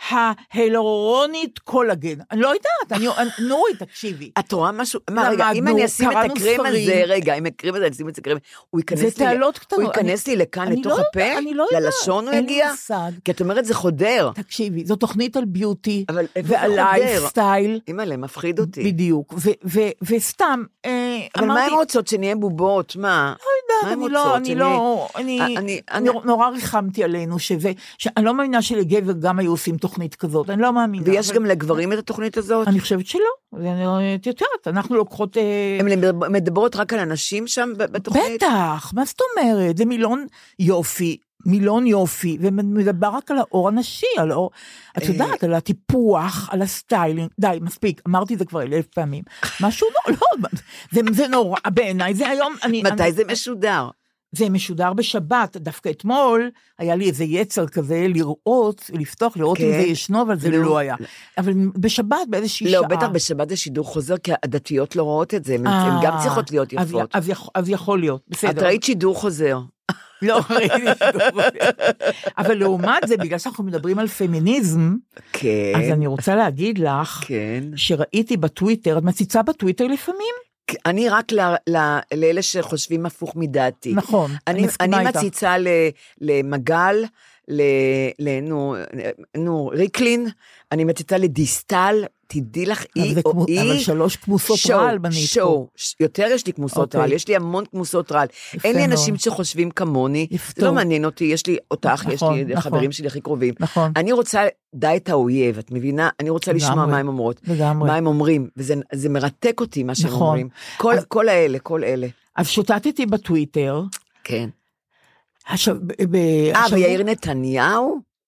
ההלורונית קולגן. אני לא יודעת, אני, נורי, תקשיבי. את רואה משהו? מה, רגע, אם למדנו, אני אשים את קראנו הקרם ספרים. הזה, רגע, אם הקרם הזה, אני אשים את זה קרם, הוא זה ייכנס לי, תעלות קטנות. הוא ייכנס לי לכאן, אני לתוך לא הפה? יודעת, אני לא יודעת. ללשון הוא אין לי יגיע? מושג. כי את אומרת, זה חודר. תקשיבי, זו תוכנית על ביוטי, אבל איפה זה ועל חודר? לייפסטייל, אימא'לה, מפחיד אותי. בדיוק, ו- ו- וסתם, אה, אבל מה אמרתי, הן רוצות? שנהיה בובות? מה? מה הן אני לא, רוצות? אני שנהיה- לא, אני, אני- אני- אני נורא ריחמתי עלינו, שזה, שאני לא מאמינה שלגבר גם היו עושים תוכנית כזאת, אני לא מאמינה. ויש אבל- גם לגברים את התוכנית הזאת? אני חושבת שלא, ואני- את יודעת, אנחנו לוקחות, אה, הן מדברות רק על אנשים שם ב- בתוכנית? בטח, מה זאת אומרת, זה מילון יופי, מילון יופי, ומדבר רק על האור הנשי, על האור, את יודעת, על הטיפוח, על הסטיילינג, די, מספיק, אמרתי את זה כבר אלף פעמים, משהו לא, לא, זה, זה נורא, בעיניי, זה היום, אני, מתי אני, זה משודר? זה משודר בשבת, דווקא אתמול, היה לי איזה יצר כזה לראות, לפתוח, לראות אם כן. זה ישנו, אבל זה לא. לא היה, אבל בשבת באיזושהי לא, שעה. בטח בשבת זה שידור חוזר, כי הדתיות לא רואות את זה, הן אה, הן גם צריכות להיות אז- יפות. אז יכול- אז יכול להיות, בסדר. את ראית שידור חוזר. לא, ראיתי שידור. אבל לעומת זה, בגלל שאנחנו מדברים על פמיניזם, כן, אז אני רוצה להגיד לך, כן. שראיתי בטוויטר, את מציצה בטוויטר לפעמים? אני רק ל- ל- לאלה שחושבים הפוך מדעתי. נכון, אני אני, מסכימה אני איתך. מציצה ל- למגל, ל- ל- נו, נו, ריקלין, אני מציצה לדיסטל, תדעי לך, אבל היא זה או כמו- היא, אבל שלוש כמוסות שואו, רעל בנית פה. שואו, ש- יותר יש לי כמוסות אוקיי. רעל, יש לי המון כמוסות רעל. יפה אין לי מאוד. אנשים שחושבים כמוני, יפה זה לא טוב. מעניין אותי, יש לי אותך, יש נכון, לי נכון. חברים שלי הכי קרובים. נכון. אני רוצה דע את האויב, את מבינה? אני רוצה לשמוע לגמרי, מה הם אומרות, לגמרי. מה הם אומרים, וזה זה מרתק אותי מה שהם נכון. אומרים. כל- אז- כל האלה, כל אלה. אז שוטטתי בטוויטר, כן. עכשיו, ב- ב- אה, השבוע- ויאיר נתניהו?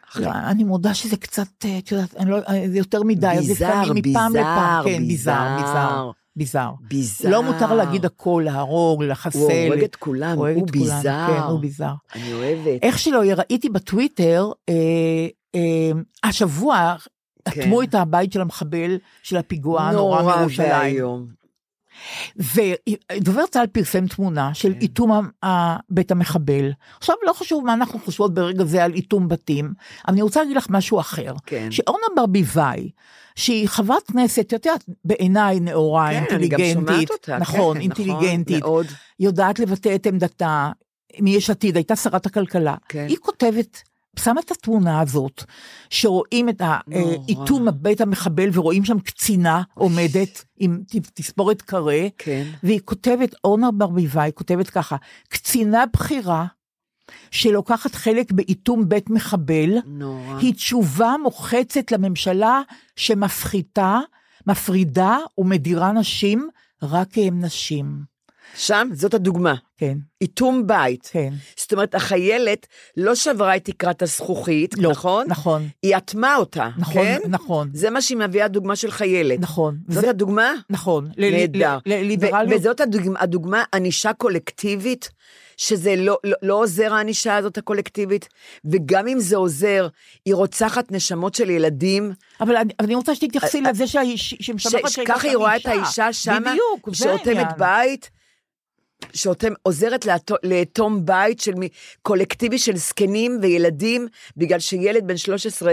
אני מודה שזה קצת, את יודעת, זה יותר מדי. ביזר, ביזר, כן, ביזר, ביזר. ביזר. ביזר. לא מותר להגיד הכל, להרוג, לחסל. הוא הורג את כולם, הוא ביזר. כן, הוא ביזר. אני אוהבת. איך שלא, ראיתי בטוויטר, אה, אה, השבוע, כן. אטמו את הבית של המחבל, של הפיגוע הנורא מירושלים. נורא והיום. ודובר צה"ל פרסם תמונה של כן. איתום בית המחבל. עכשיו לא חשוב מה אנחנו חושבות ברגע זה על איתום בתים, אבל אני רוצה להגיד לך משהו אחר. כן. שאורנה ברביבאי, שהיא חברת כנסת, יודעת, בעיניי נאורה, כן, אינטליגנטית. אני גם שומעת אותה. נכון, כן, אינטליגנטית. נכון, מאוד. יודעת לבטא את עמדתה, מיש עתיד, הייתה שרת הכלכלה. כן. היא כותבת, שמה את התמונה הזאת, שרואים את האיתום בית המחבל, ורואים שם קצינה עומדת, עם תספורת קרה, כן. והיא כותבת, אורנה ברביבאי, כותבת ככה, קצינה בחירה, שלוקחת חלק באיתום בית מחבל, נורא. היא תשובה מוחצת לממשלה, שמפחיתה, מפרידה ומדירה נשים, רק הם נשים. שם, זאת הדוגמה. כן. איתום בית. כן. זאת אומרת, החיילת לא שברה את תקרת הזכוכית, לא, נכון? נכון. היא אטמה אותה, נכון, כן? נכון. זה מה שהיא מביאה דוגמה של חיילת. נכון. זאת זה... הדוגמה? נכון. נהדר. לליברליות. ו- וזאת הדוגמה, הדוגמה, ענישה קולקטיבית, שזה לא, לא, לא עוזר הענישה הזאת הקולקטיבית, וגם אם זה עוזר, היא רוצחת נשמות של ילדים. אבל אני, אני רוצה שתתייחסי לזה שמשבחת ש- ככה היא רואה את האישה שמה, בדיוק, שאותמת בית, שאותם עוזרת לאטום בית של קולקטיבי של זקנים וילדים, בגלל שילד בן שלוש עשרה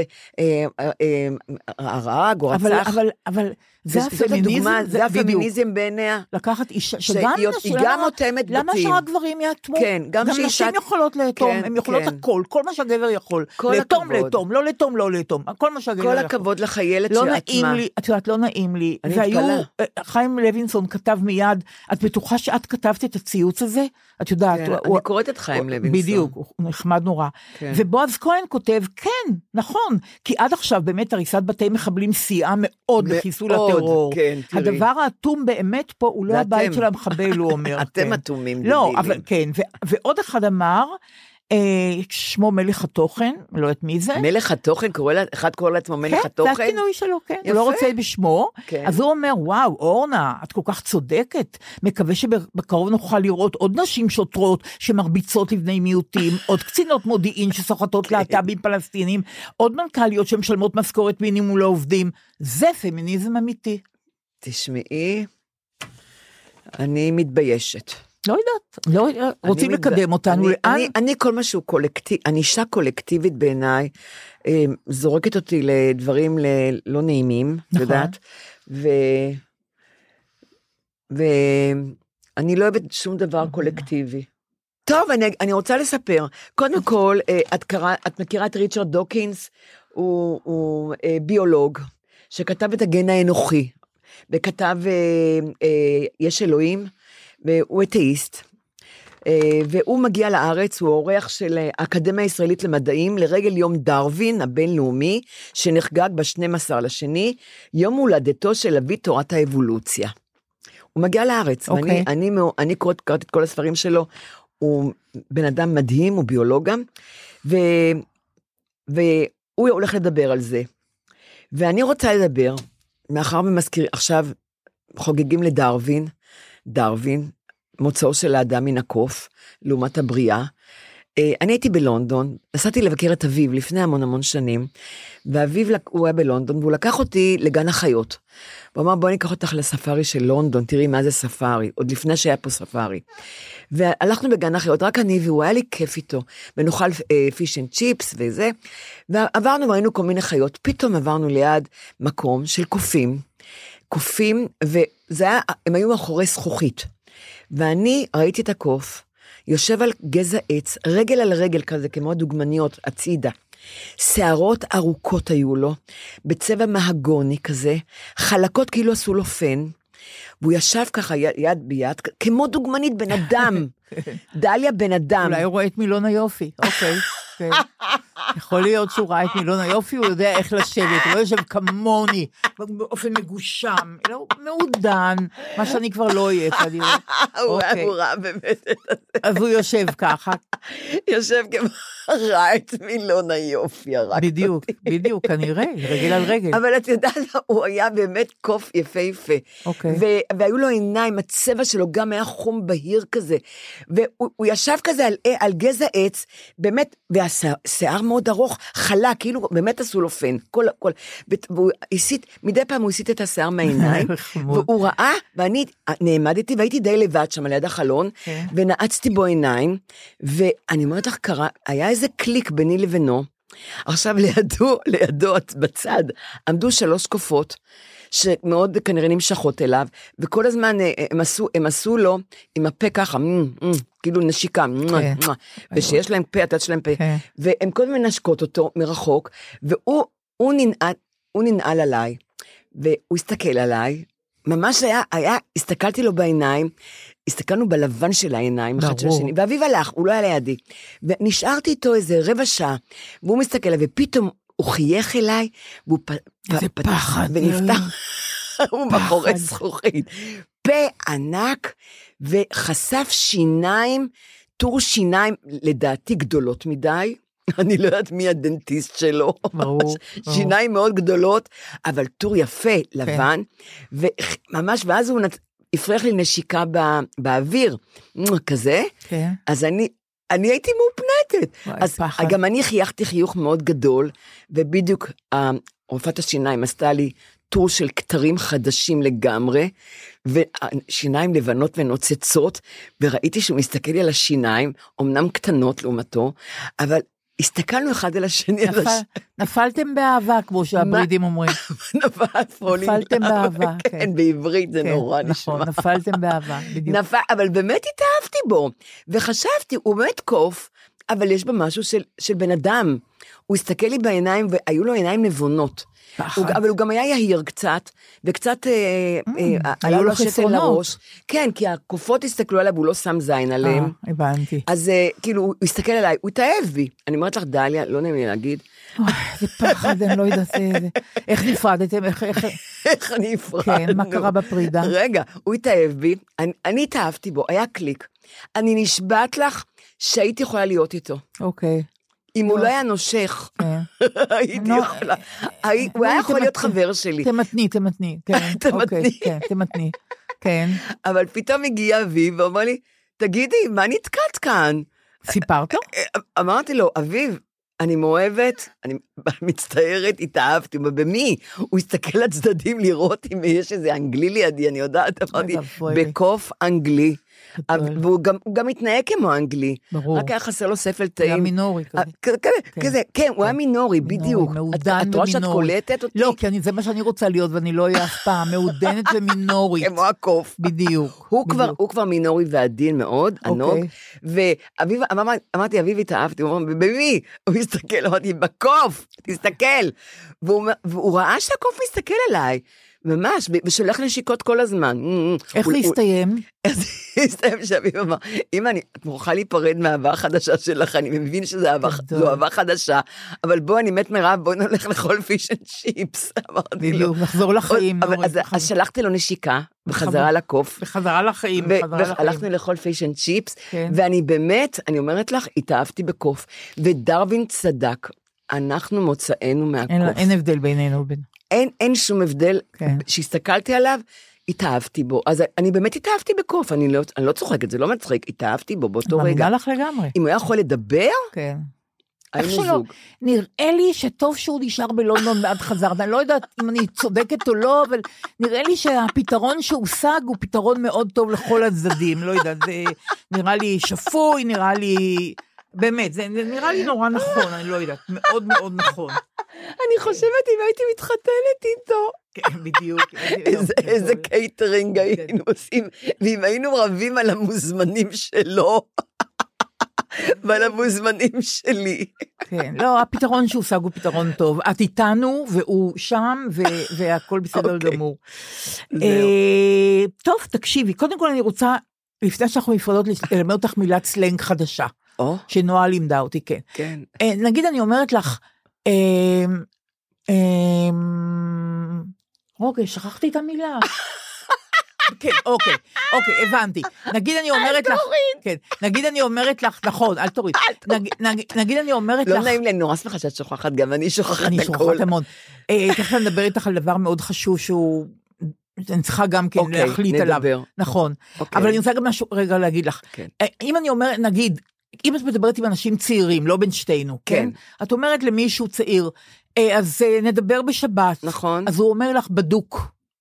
הרג או רצח. אבל, אבל זה הפמיניזם, זה הפמיניזם בעיניה. לקחת אישה, שגם היא גם אוטמת בתים. למה שרק גברים יאטמו? כן, גם נשים יכולות לאטום, הן יכולות הכל, כל מה שהגבר יכול. לאטום, לאטום, לא לאטום, לא לאטום, כל מה שהגבר יכול. כל הכבוד לחיילת שאטמה. לא נעים לי, את יודעת, לא נעים לי. והיו, חיים לוינסון כתב מיד, את בטוחה שאת כתבת את הציוץ הזה? את יודעת. אני קוראת את חיים לוינסון. בדיוק, הוא נחמד נורא. ובועז כהן כותב, כן, נכון, כי עד עכשיו באמת הריסת בתי מחבלים סייעה מאוד לחיסול הטרור. הדבר האטום באמת פה, הוא לא הבית של המחבל, הוא אומר. אתם אטומים. לא, אבל כן, ועוד אחד אמר, שמו מלך התוכן, לא יודעת מי זה. מלך התוכן, אחד קורא לעצמו מלך התוכן? כן, זה הכינוי שלו, כן. הוא לא רוצה בשמו, אז הוא אומר, וואו, אורנה, את כל כך צודקת, מקווה שבקרוב נוכל לראות עוד נשים שוטרות, שמרביצות לבני מיעוטים, עוד קצינות מודיעין שסוחטות להט"בים פלסטינים, עוד מנכ"ליות שמשלמות משכורת מינימום לעובדים, זה פמיניזם אמיתי. תשמעי, אני מתביישת. לא יודעת, לא, רוצים לקדם אותנו. אני, אני, אני כל משהו קולקטיב, ענישה קולקטיבית בעיניי, זורקת אותי לדברים לא נעימים, נכון. יודעת, ו, ואני לא אוהבת שום דבר קולקטיבי. טוב, אני, אני רוצה לספר, קודם כל, את, קרא, את מכירה את ריצ'רד דוקינס, הוא, הוא ביולוג, שכתב את הגן האנוכי, וכתב יש אלוהים, והוא אתאיסט, והוא מגיע לארץ, הוא אורח של האקדמיה הישראלית למדעים, לרגל יום דרווין הבינלאומי, שנחגג ב-שנים עשר לשני, יום הולדתו של אבי תורת האבולוציה. הוא מגיע לארץ, okay. ואני אני, אני קוראת, קראת את כל הספרים שלו, הוא בן אדם מדהים, הוא ביולוג גם, ו, והוא הולך לדבר על זה. ואני רוצה לדבר, מאחר ומזכיר, עכשיו חוגגים לדרווין, דרווין, מוצאו של האדם מן הקוף, לעומת הבריאה. אני הייתי בלונדון, נסעתי לבקר את אביו לפני המון המון שנים, ואביו הוא היה בלונדון, והוא לקח אותי לגן החיות. הוא אמר, בואי ניקח אותך לספארי של לונדון, תראי מה זה ספארי, עוד לפני שהיה פה ספארי. והלכנו בגן החיות, רק אני והוא, היה לי כיף איתו, ונאכל פיש אנד צ'יפס וזה, ועברנו וראינו כל מיני חיות, פתאום עברנו ליד מקום של קופים, קופים, וזה היה, הם היו מאחורי זכוכית, ואני ראיתי את הקוף, יושב על גזע עץ, רגל על רגל כזה, כמו הדוגמניות, הצידה, שערות ארוכות היו לו, בצבע מהגוני כזה, חלקות כאילו עשו לו פן, והוא ישב ככה יד ביד, כמו דוגמנית בן אדם, דליה בן אדם. אולי הוא רואה את מילון היופי, אוקיי. יכול להיות שהוא ראה את מילון היופי, הוא יודע איך לשבת, הוא לא יושב כמוני, באופן מגושם, לא, מעודן, מה שאני כבר לא אהיה כנראה. הוא ראה באמת. אז הוא יושב ככה. יושב כמו ראה את מילון היופי. בדיוק, בדיוק, כנראה, רגל על רגל. אבל את יודעת, הוא היה באמת קוף יפה יפה. אוקיי. והיו לו עיניים, הצבע שלו גם היה חום בהיר כזה, והוא ישב כזה על גזע עץ, באמת, והשיער מאוד ארוך, חלה, כאילו באמת עשו לו פן, כל, כל, והוא הסיט, מדי פעם הוא הסיט את השיער מהעיניים, והוא ראה, ואני נעמדתי, והייתי די לבד שם על יד החלון, ונעצתי בו עיניים, ואני אומרת לך, קרה, היה איזה קליק ביני לבינו, עכשיו לידו, לידו בצד, עמדו שלוש קופות, שמאוד כנראה נמשכות אליו, וכל הזמן הם עשו, הם עשו לו עם הפה ככה, כאילו נשיקה, ושיש להם פה, התת שלהם פה, והם כל הזמן נשקות אותו מרחוק, והוא הוא ננעל, הוא ננעל עליי, והוא הסתכל עליי, ממש היה, היה, הסתכלתי לו בעיניים, הסתכלנו בלבן של העיניים, אחד של השני, ואביב הלך, הוא לא היה לידי, ונשארתי איתו איזה רבע שעה, והוא מסתכל עליי, ופתאום הוא חייך אליי, והוא איזה פחד, ונפתח, הוא מאחורי זכוכית, פה ענק, וחשף שיניים, טור שיניים, לדעתי גדולות מדי, אני לא יודעת מי הדנטיסט שלו, ברור, שיניים מאוד גדולות, אבל טור יפה, לבן, וממש, ואז הוא הפריח לי נשיקה באוויר, כזה, אז אני, אני הייתי מאופנתת, אז גם אני חייכתי חיוך מאוד גדול, ובדיוק רופאת השיניים עשתה לי טור של כתרים חדשים לגמרי, ושיניים לבנות ונוצצות, וראיתי שהוא מסתכל לי על השיניים, אמנם קטנות לעומתו, אבל הסתכלנו אחד על השני. נפלתם באהבה, כמו שהברידים אומרים. נפלתם באהבה. כן, בעברית זה נורא נשמע. נכון, נפלתם באהבה, בדיוק. אבל באמת התאהבתי בו, וחשבתי, הוא באמת קוף, אבל יש בה משהו של בן אדם. הוא הסתכל לי בעיניים, והיו לו עיניים נבונות. אבל הוא גם היה יהיר קצת, וקצת עלה לו שתל לראש. כן, כי הקופות הסתכלו עליו, הוא לא שם זין עליהם. הבנתי. אז כאילו, הוא הסתכל עליי, הוא התאהב בי. אני אומרת לך, דליה, לא נעים לי להגיד. זה פחד, אני לא יודעת איזה. איך נפרדתם? איך נפרדנו? כן, מה קרה בפרידה? רגע, הוא התאהב בי, אני התאהבתי בו, היה קליק. אני נשבעת לך שהייתי יכולה להיות איתו. אוקיי. אם הוא לא היה נושך, הייתי יכולה, הוא היה יכול להיות חבר שלי. תמתני, תמתני, תמתני, כן. אבל פתאום הגיע אביב ואומר לי, תגידי, מה נתקעת כאן? סיפרת לו? אמרתי לו, אביב, אני מאוהבת, אני מצטערת, התאהבתי, במי? הוא הסתכל לצדדים לראות אם יש איזה אנגלי לידי, אני יודעת, אמרתי, בקוף אנגלי. והוא גם התנהג כמו אנגלי. ברור. רק היה חסר לו ספל טעים. היה מינורי כזה. כזה, כן, הוא היה מינורי, בדיוק. מעודן ומינורי. את רואה שאת קולטת אותי? לא, כי זה מה שאני רוצה להיות, ואני לא אהיה אף פעם, מעודנת ומינורית. כמו הקוף. בדיוק. הוא כבר מינורי ועדין מאוד, ענוג, ואמרתי, אביב התאהבתי, הוא אומר, במי? הוא הסתכל, אמרתי, בקוף, תסתכל. והוא ראה שהקוף מסתכל עליי. ממש, ושולח נשיקות כל הזמן. איך להסתיים? אז להסתיים שאביב אמר, אם אני, את מוכרחה להיפרד מהאהבה החדשה שלך, אני מבין שזו אהבה חדשה, אבל בוא, אני מת מרב, בוא נלך לאכול פיש אנד צ'יפס, אמרתי לו. נחזור לחיים. אז שלחתי לו נשיקה, בחזרה לקוף. בחזרה לחיים. והלכנו לאכול פיש אנד צ'יפס, ואני באמת, אני אומרת לך, התאהבתי בקוף, ודרווין צדק, אנחנו מוצאנו מהקוף. אין הבדל בינינו ובין. אין, אין שום הבדל, כן. שהסתכלתי עליו, התאהבתי בו, אז אני באמת התאהבתי בקוף, אני לא, אני לא צוחקת, זה לא מצחיק, התאהבתי בו באותו רגע. מאמינה לך לגמרי. אם הוא היה יכול לדבר, כן. היינו זוג. נראה לי שטוב שהוא נשאר בלונדון ועד חזר, אני לא יודעת אם אני צודקת או לא, אבל נראה לי שהפתרון שהושג הוא פתרון מאוד טוב לכל הצדדים, לא יודעת, זה נראה לי שפוי, נראה לי, באמת, זה נראה לי נורא נכון, אני לא יודעת, מאוד מאוד נכון. אני חושבת אם הייתי מתחתנת איתו. כן, בדיוק. איזה קייטרינג היינו עושים, ואם היינו רבים על המוזמנים שלו, ועל המוזמנים שלי. כן, לא, הפתרון שהושג הוא פתרון טוב. את איתנו, והוא שם, והכל בסדר גמור. טוב, תקשיבי, קודם כל אני רוצה, לפני שאנחנו נפרדות, ללמד אותך מילת סלנג חדשה. או, שנועה לימדה אותי, כן. כן. אה, נגיד אני אומרת לך, אה, אה, אוקיי, שכחתי את המילה. כן, אוקיי, אוקיי, הבנתי. נגיד אני אומרת לך, כן, נגיד אני אומרת לך, נכון, אל תוריד. נגיד, נגיד, נגיד אני אומרת לא לך, נעים לי, אני נורא שמחה שאת שוכחת, גם אני שוכחת אני הכל. שוכחת המון. אה, תכף אני מדבר איתך על דבר מאוד חשוב שהוא, אני צריכה גם כן אוקיי, להחליט נדבר. עליו. נכון. אוקיי. אבל אני רוצה גם משהו רגע להגיד לך. כן. אה, אם אני אומרת, נגיד, אם את מדברת עם אנשים צעירים, לא בין שתינו, כן? כן. את אומרת למישהו צעיר, אה, אז אה, נדבר בשבת. נכון. אז הוא אומר לך בדוק.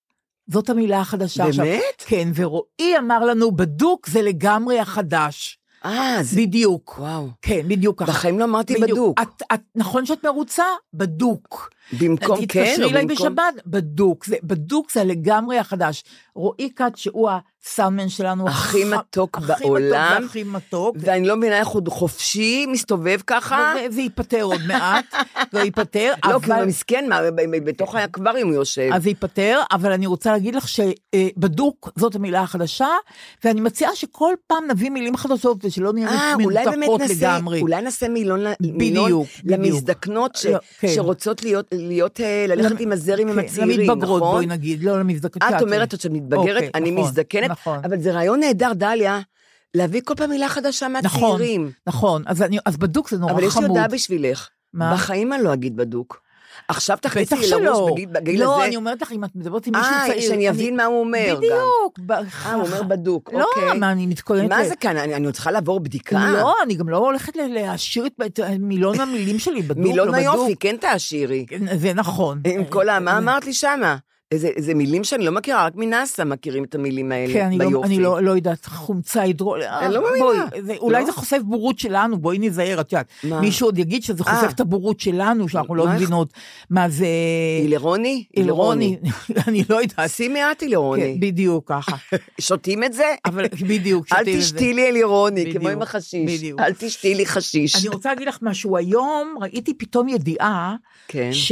זאת המילה החדשה. עכשיו. באמת? כן, ורועי אמר לנו, בדוק זה לגמרי החדש. אה, זה... בדיוק. וואו. כן, בדיוק ככה. בחיים לא אמרתי בדוק. את, את, נכון שאת מרוצה? בדוק. במקום כן, או תתקשרי אליי במקום... בשבת? בדוק. זה, בדוק זה לגמרי החדש. רועי קאט, שהוא הסאונדמן שלנו. הכי הח... מתוק הכי בעולם. מתוק והכי מתוק. ואני לא מבינה איך הוא חופשי, מסתובב ככה. זה ייפטר עוד מעט. זה ייפטר. לא, אבל... כי הוא מסכן, מה, בתוך האקווריום הוא יושב. אז זה ייפטר, אבל אני רוצה להגיד לך שבדוק זאת המילה החדשה, ואני מציעה שכל פעם נביא מילים חדשות, ושלא נהיה מנותקות לגמרי. אולי נעשה מילון בדיוק, למזדקנות שרוצות להיות, ללכת עם הזרים עם הצעירים, למתבגרות, נכון? בואי נגיד, לא למזדקנות. את אומרת שאת מתבגרת, אני מזדקנת, אבל זה רעיון נהדר, דליה, להביא כל פעם מילה חדשה מהצעירים. נכון, אז בדוק זה נורא חמוד. אבל יש לי הודעה בשבילך, בחיים אני לא אגיד בדוק. עכשיו תכניסי לי לראש בגיל הזה. לא, אני אומרת לך, אם את מדברת עם מישהו צעיר. אה, שאני אבין מה הוא אומר. בדיוק. אה, הוא אומר בדוק, לא, אוקיי. מה, אני מתכוננת. מה זה כאן? אני צריכה לעבור בדיקה? לא, אני גם לא הולכת להשאיר את מילון המילים שלי בדוק. מילון היופי, כן תעשירי. זה נכון. עם כל ה... מה אמרת לי שמה? איזה מילים שאני לא מכירה, רק מנאסה מכירים את המילים האלה ביופי. כן, אני לא יודעת, חומצה הידרול... אני לא מבינה. אולי זה חושף בורות שלנו, בואי נזהר, את יודעת. מישהו עוד יגיד שזה חושף את הבורות שלנו, שאנחנו לא מבינות מה זה... אילרוני? אילרוני, אני לא יודעת. שימי את אילרוני. בדיוק, ככה. שותים את זה? בדיוק, אל תשתי לי אילרוני, כמו עם החשיש. אל תשתי לי חשיש. אני רוצה להגיד לך משהו, היום ראיתי פתאום ידיעה, ש...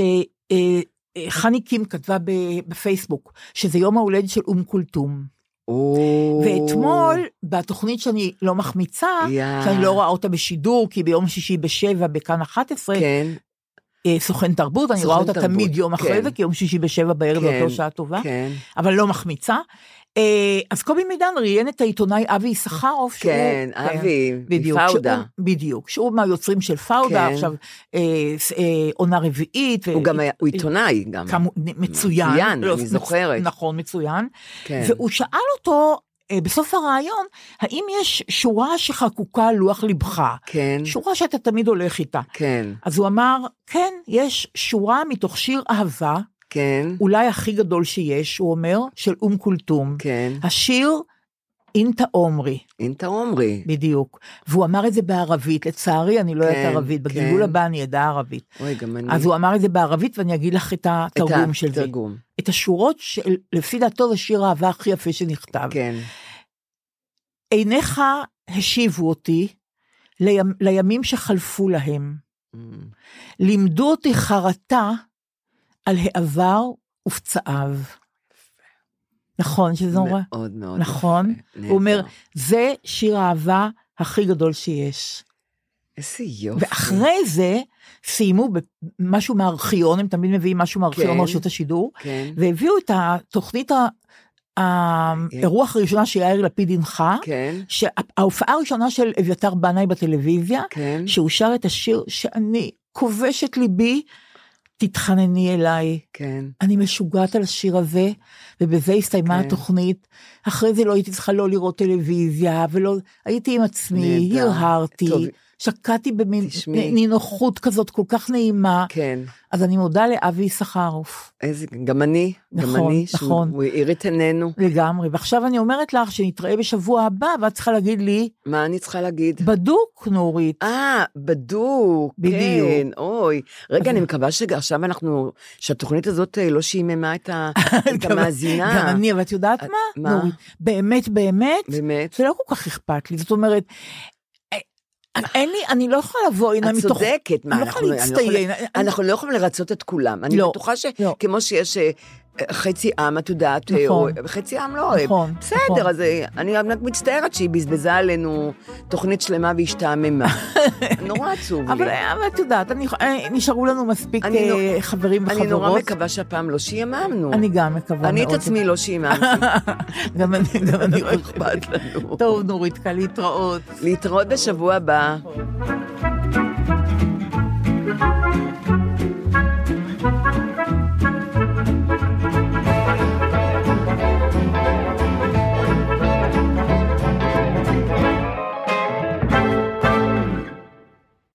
חני קים כתבה בפייסבוק, שזה יום ההולדת של אום כולתום. ואתמול, בתוכנית שאני לא מחמיצה, שאני לא רואה אותה בשידור, כי ביום שישי בשבע, בכאן אחת עשרה, סוכן תרבות, אני רואה אותה תמיד יום אחרי זה, כי יום שישי בשבע בערב זאת לא שעה טובה, אבל לא מחמיצה. אז קובי מידן ראיין את העיתונאי אבי יששכרוף, כן, אבי, מפאודה. בדיוק, שהוא מהיוצרים של פאודה, עכשיו עונה רביעית. הוא גם, הוא עיתונאי גם. מצוין. מצוין, אני זוכרת. נכון, מצוין. והוא שאל אותו, בסוף הרעיון, האם יש שורה שחקוקה על לוח לבך? כן. שורה שאתה תמיד הולך איתה. כן. אז הוא אמר, כן, יש שורה מתוך שיר אהבה, כן. אולי הכי גדול שיש, הוא אומר, של אום כולתום. כן. השיר אינטה עומרי. אינטה עומרי. בדיוק. והוא אמר את זה בערבית, לצערי אני לא יודעת ערבית, בגלגול הבא אני אדע ערבית. אוי, גם אני. אז הוא אמר את זה בערבית, ואני אגיד לך את התרגום של זה. את התרגום. את השורות, לפי דעתו זה שיר האהבה הכי יפה שנכתב. כן. עיניך השיבו אותי, לימים שחלפו להם. לימדו אותי חרטה, על העבר ופצעיו. נכון שזה נורא? מאוד מאוד. נכון? הוא אומר, זה שיר האהבה הכי גדול שיש. איזה יופי. ואחרי זה, סיימו משהו מהארכיון, הם תמיד מביאים משהו מהארכיון רשות השידור, והביאו את התוכנית האירוח הראשונה שיאיר לפיד הנחה, שההופעה הראשונה של אביתר בנאי בטלוויזיה, שהוא שר את השיר שאני כובשת ליבי, תתחנני אליי, כן. אני משוגעת על השיר הזה, ובזה הסתיימה כן. התוכנית, אחרי זה לא הייתי צריכה לא לראות טלוויזיה, ולא, הייתי עם עצמי, הרהרתי, טוב. שקעתי בנינוחות כזאת כל כך נעימה, כן. אז אני מודה לאבי יששכרוף. איזה, גם אני, נכון, גם אני, נכון. שהוא העיר את עינינו. לגמרי, ועכשיו אני אומרת לך שנתראה בשבוע הבא, ואת צריכה להגיד לי, מה אני צריכה להגיד? בדוק, נורית. אה, בדוק, בדיוק. כן, אוי. רגע, אני מקווה שעכשיו אנחנו, שהתוכנית הזאת לא שיממה את המאזינה. גם אני, אבל את יודעת מה, נורית? באמת, באמת, באמת, זה לא כל כך אכפת לי, זאת אומרת, אין לי, אני לא יכולה לבוא הנה מתוך... את צודקת, מה, אני לא יכולה להצטיין. אנחנו לא יכולים לרצות את כולם. אני בטוחה שכמו שיש חצי עם, את יודעת, נכון. חצי עם לא, נכון, בסדר, נכון. אז אני מצטערת שהיא בזבזה עלינו תוכנית שלמה והשתעממה. נורא עצוב אבל, לי. אבל את יודעת, אני, נשארו לנו מספיק אני נו- אה, חברים וחברות. אני נורא מקווה שהפעם לא שיממנו. אני גם מקווה אני את מאוד. עצמי לא שיממתי. גם אני, גם אני לא אכפת לנו. טוב, נורית, קל להתראות. להתראות בשבוע הבא.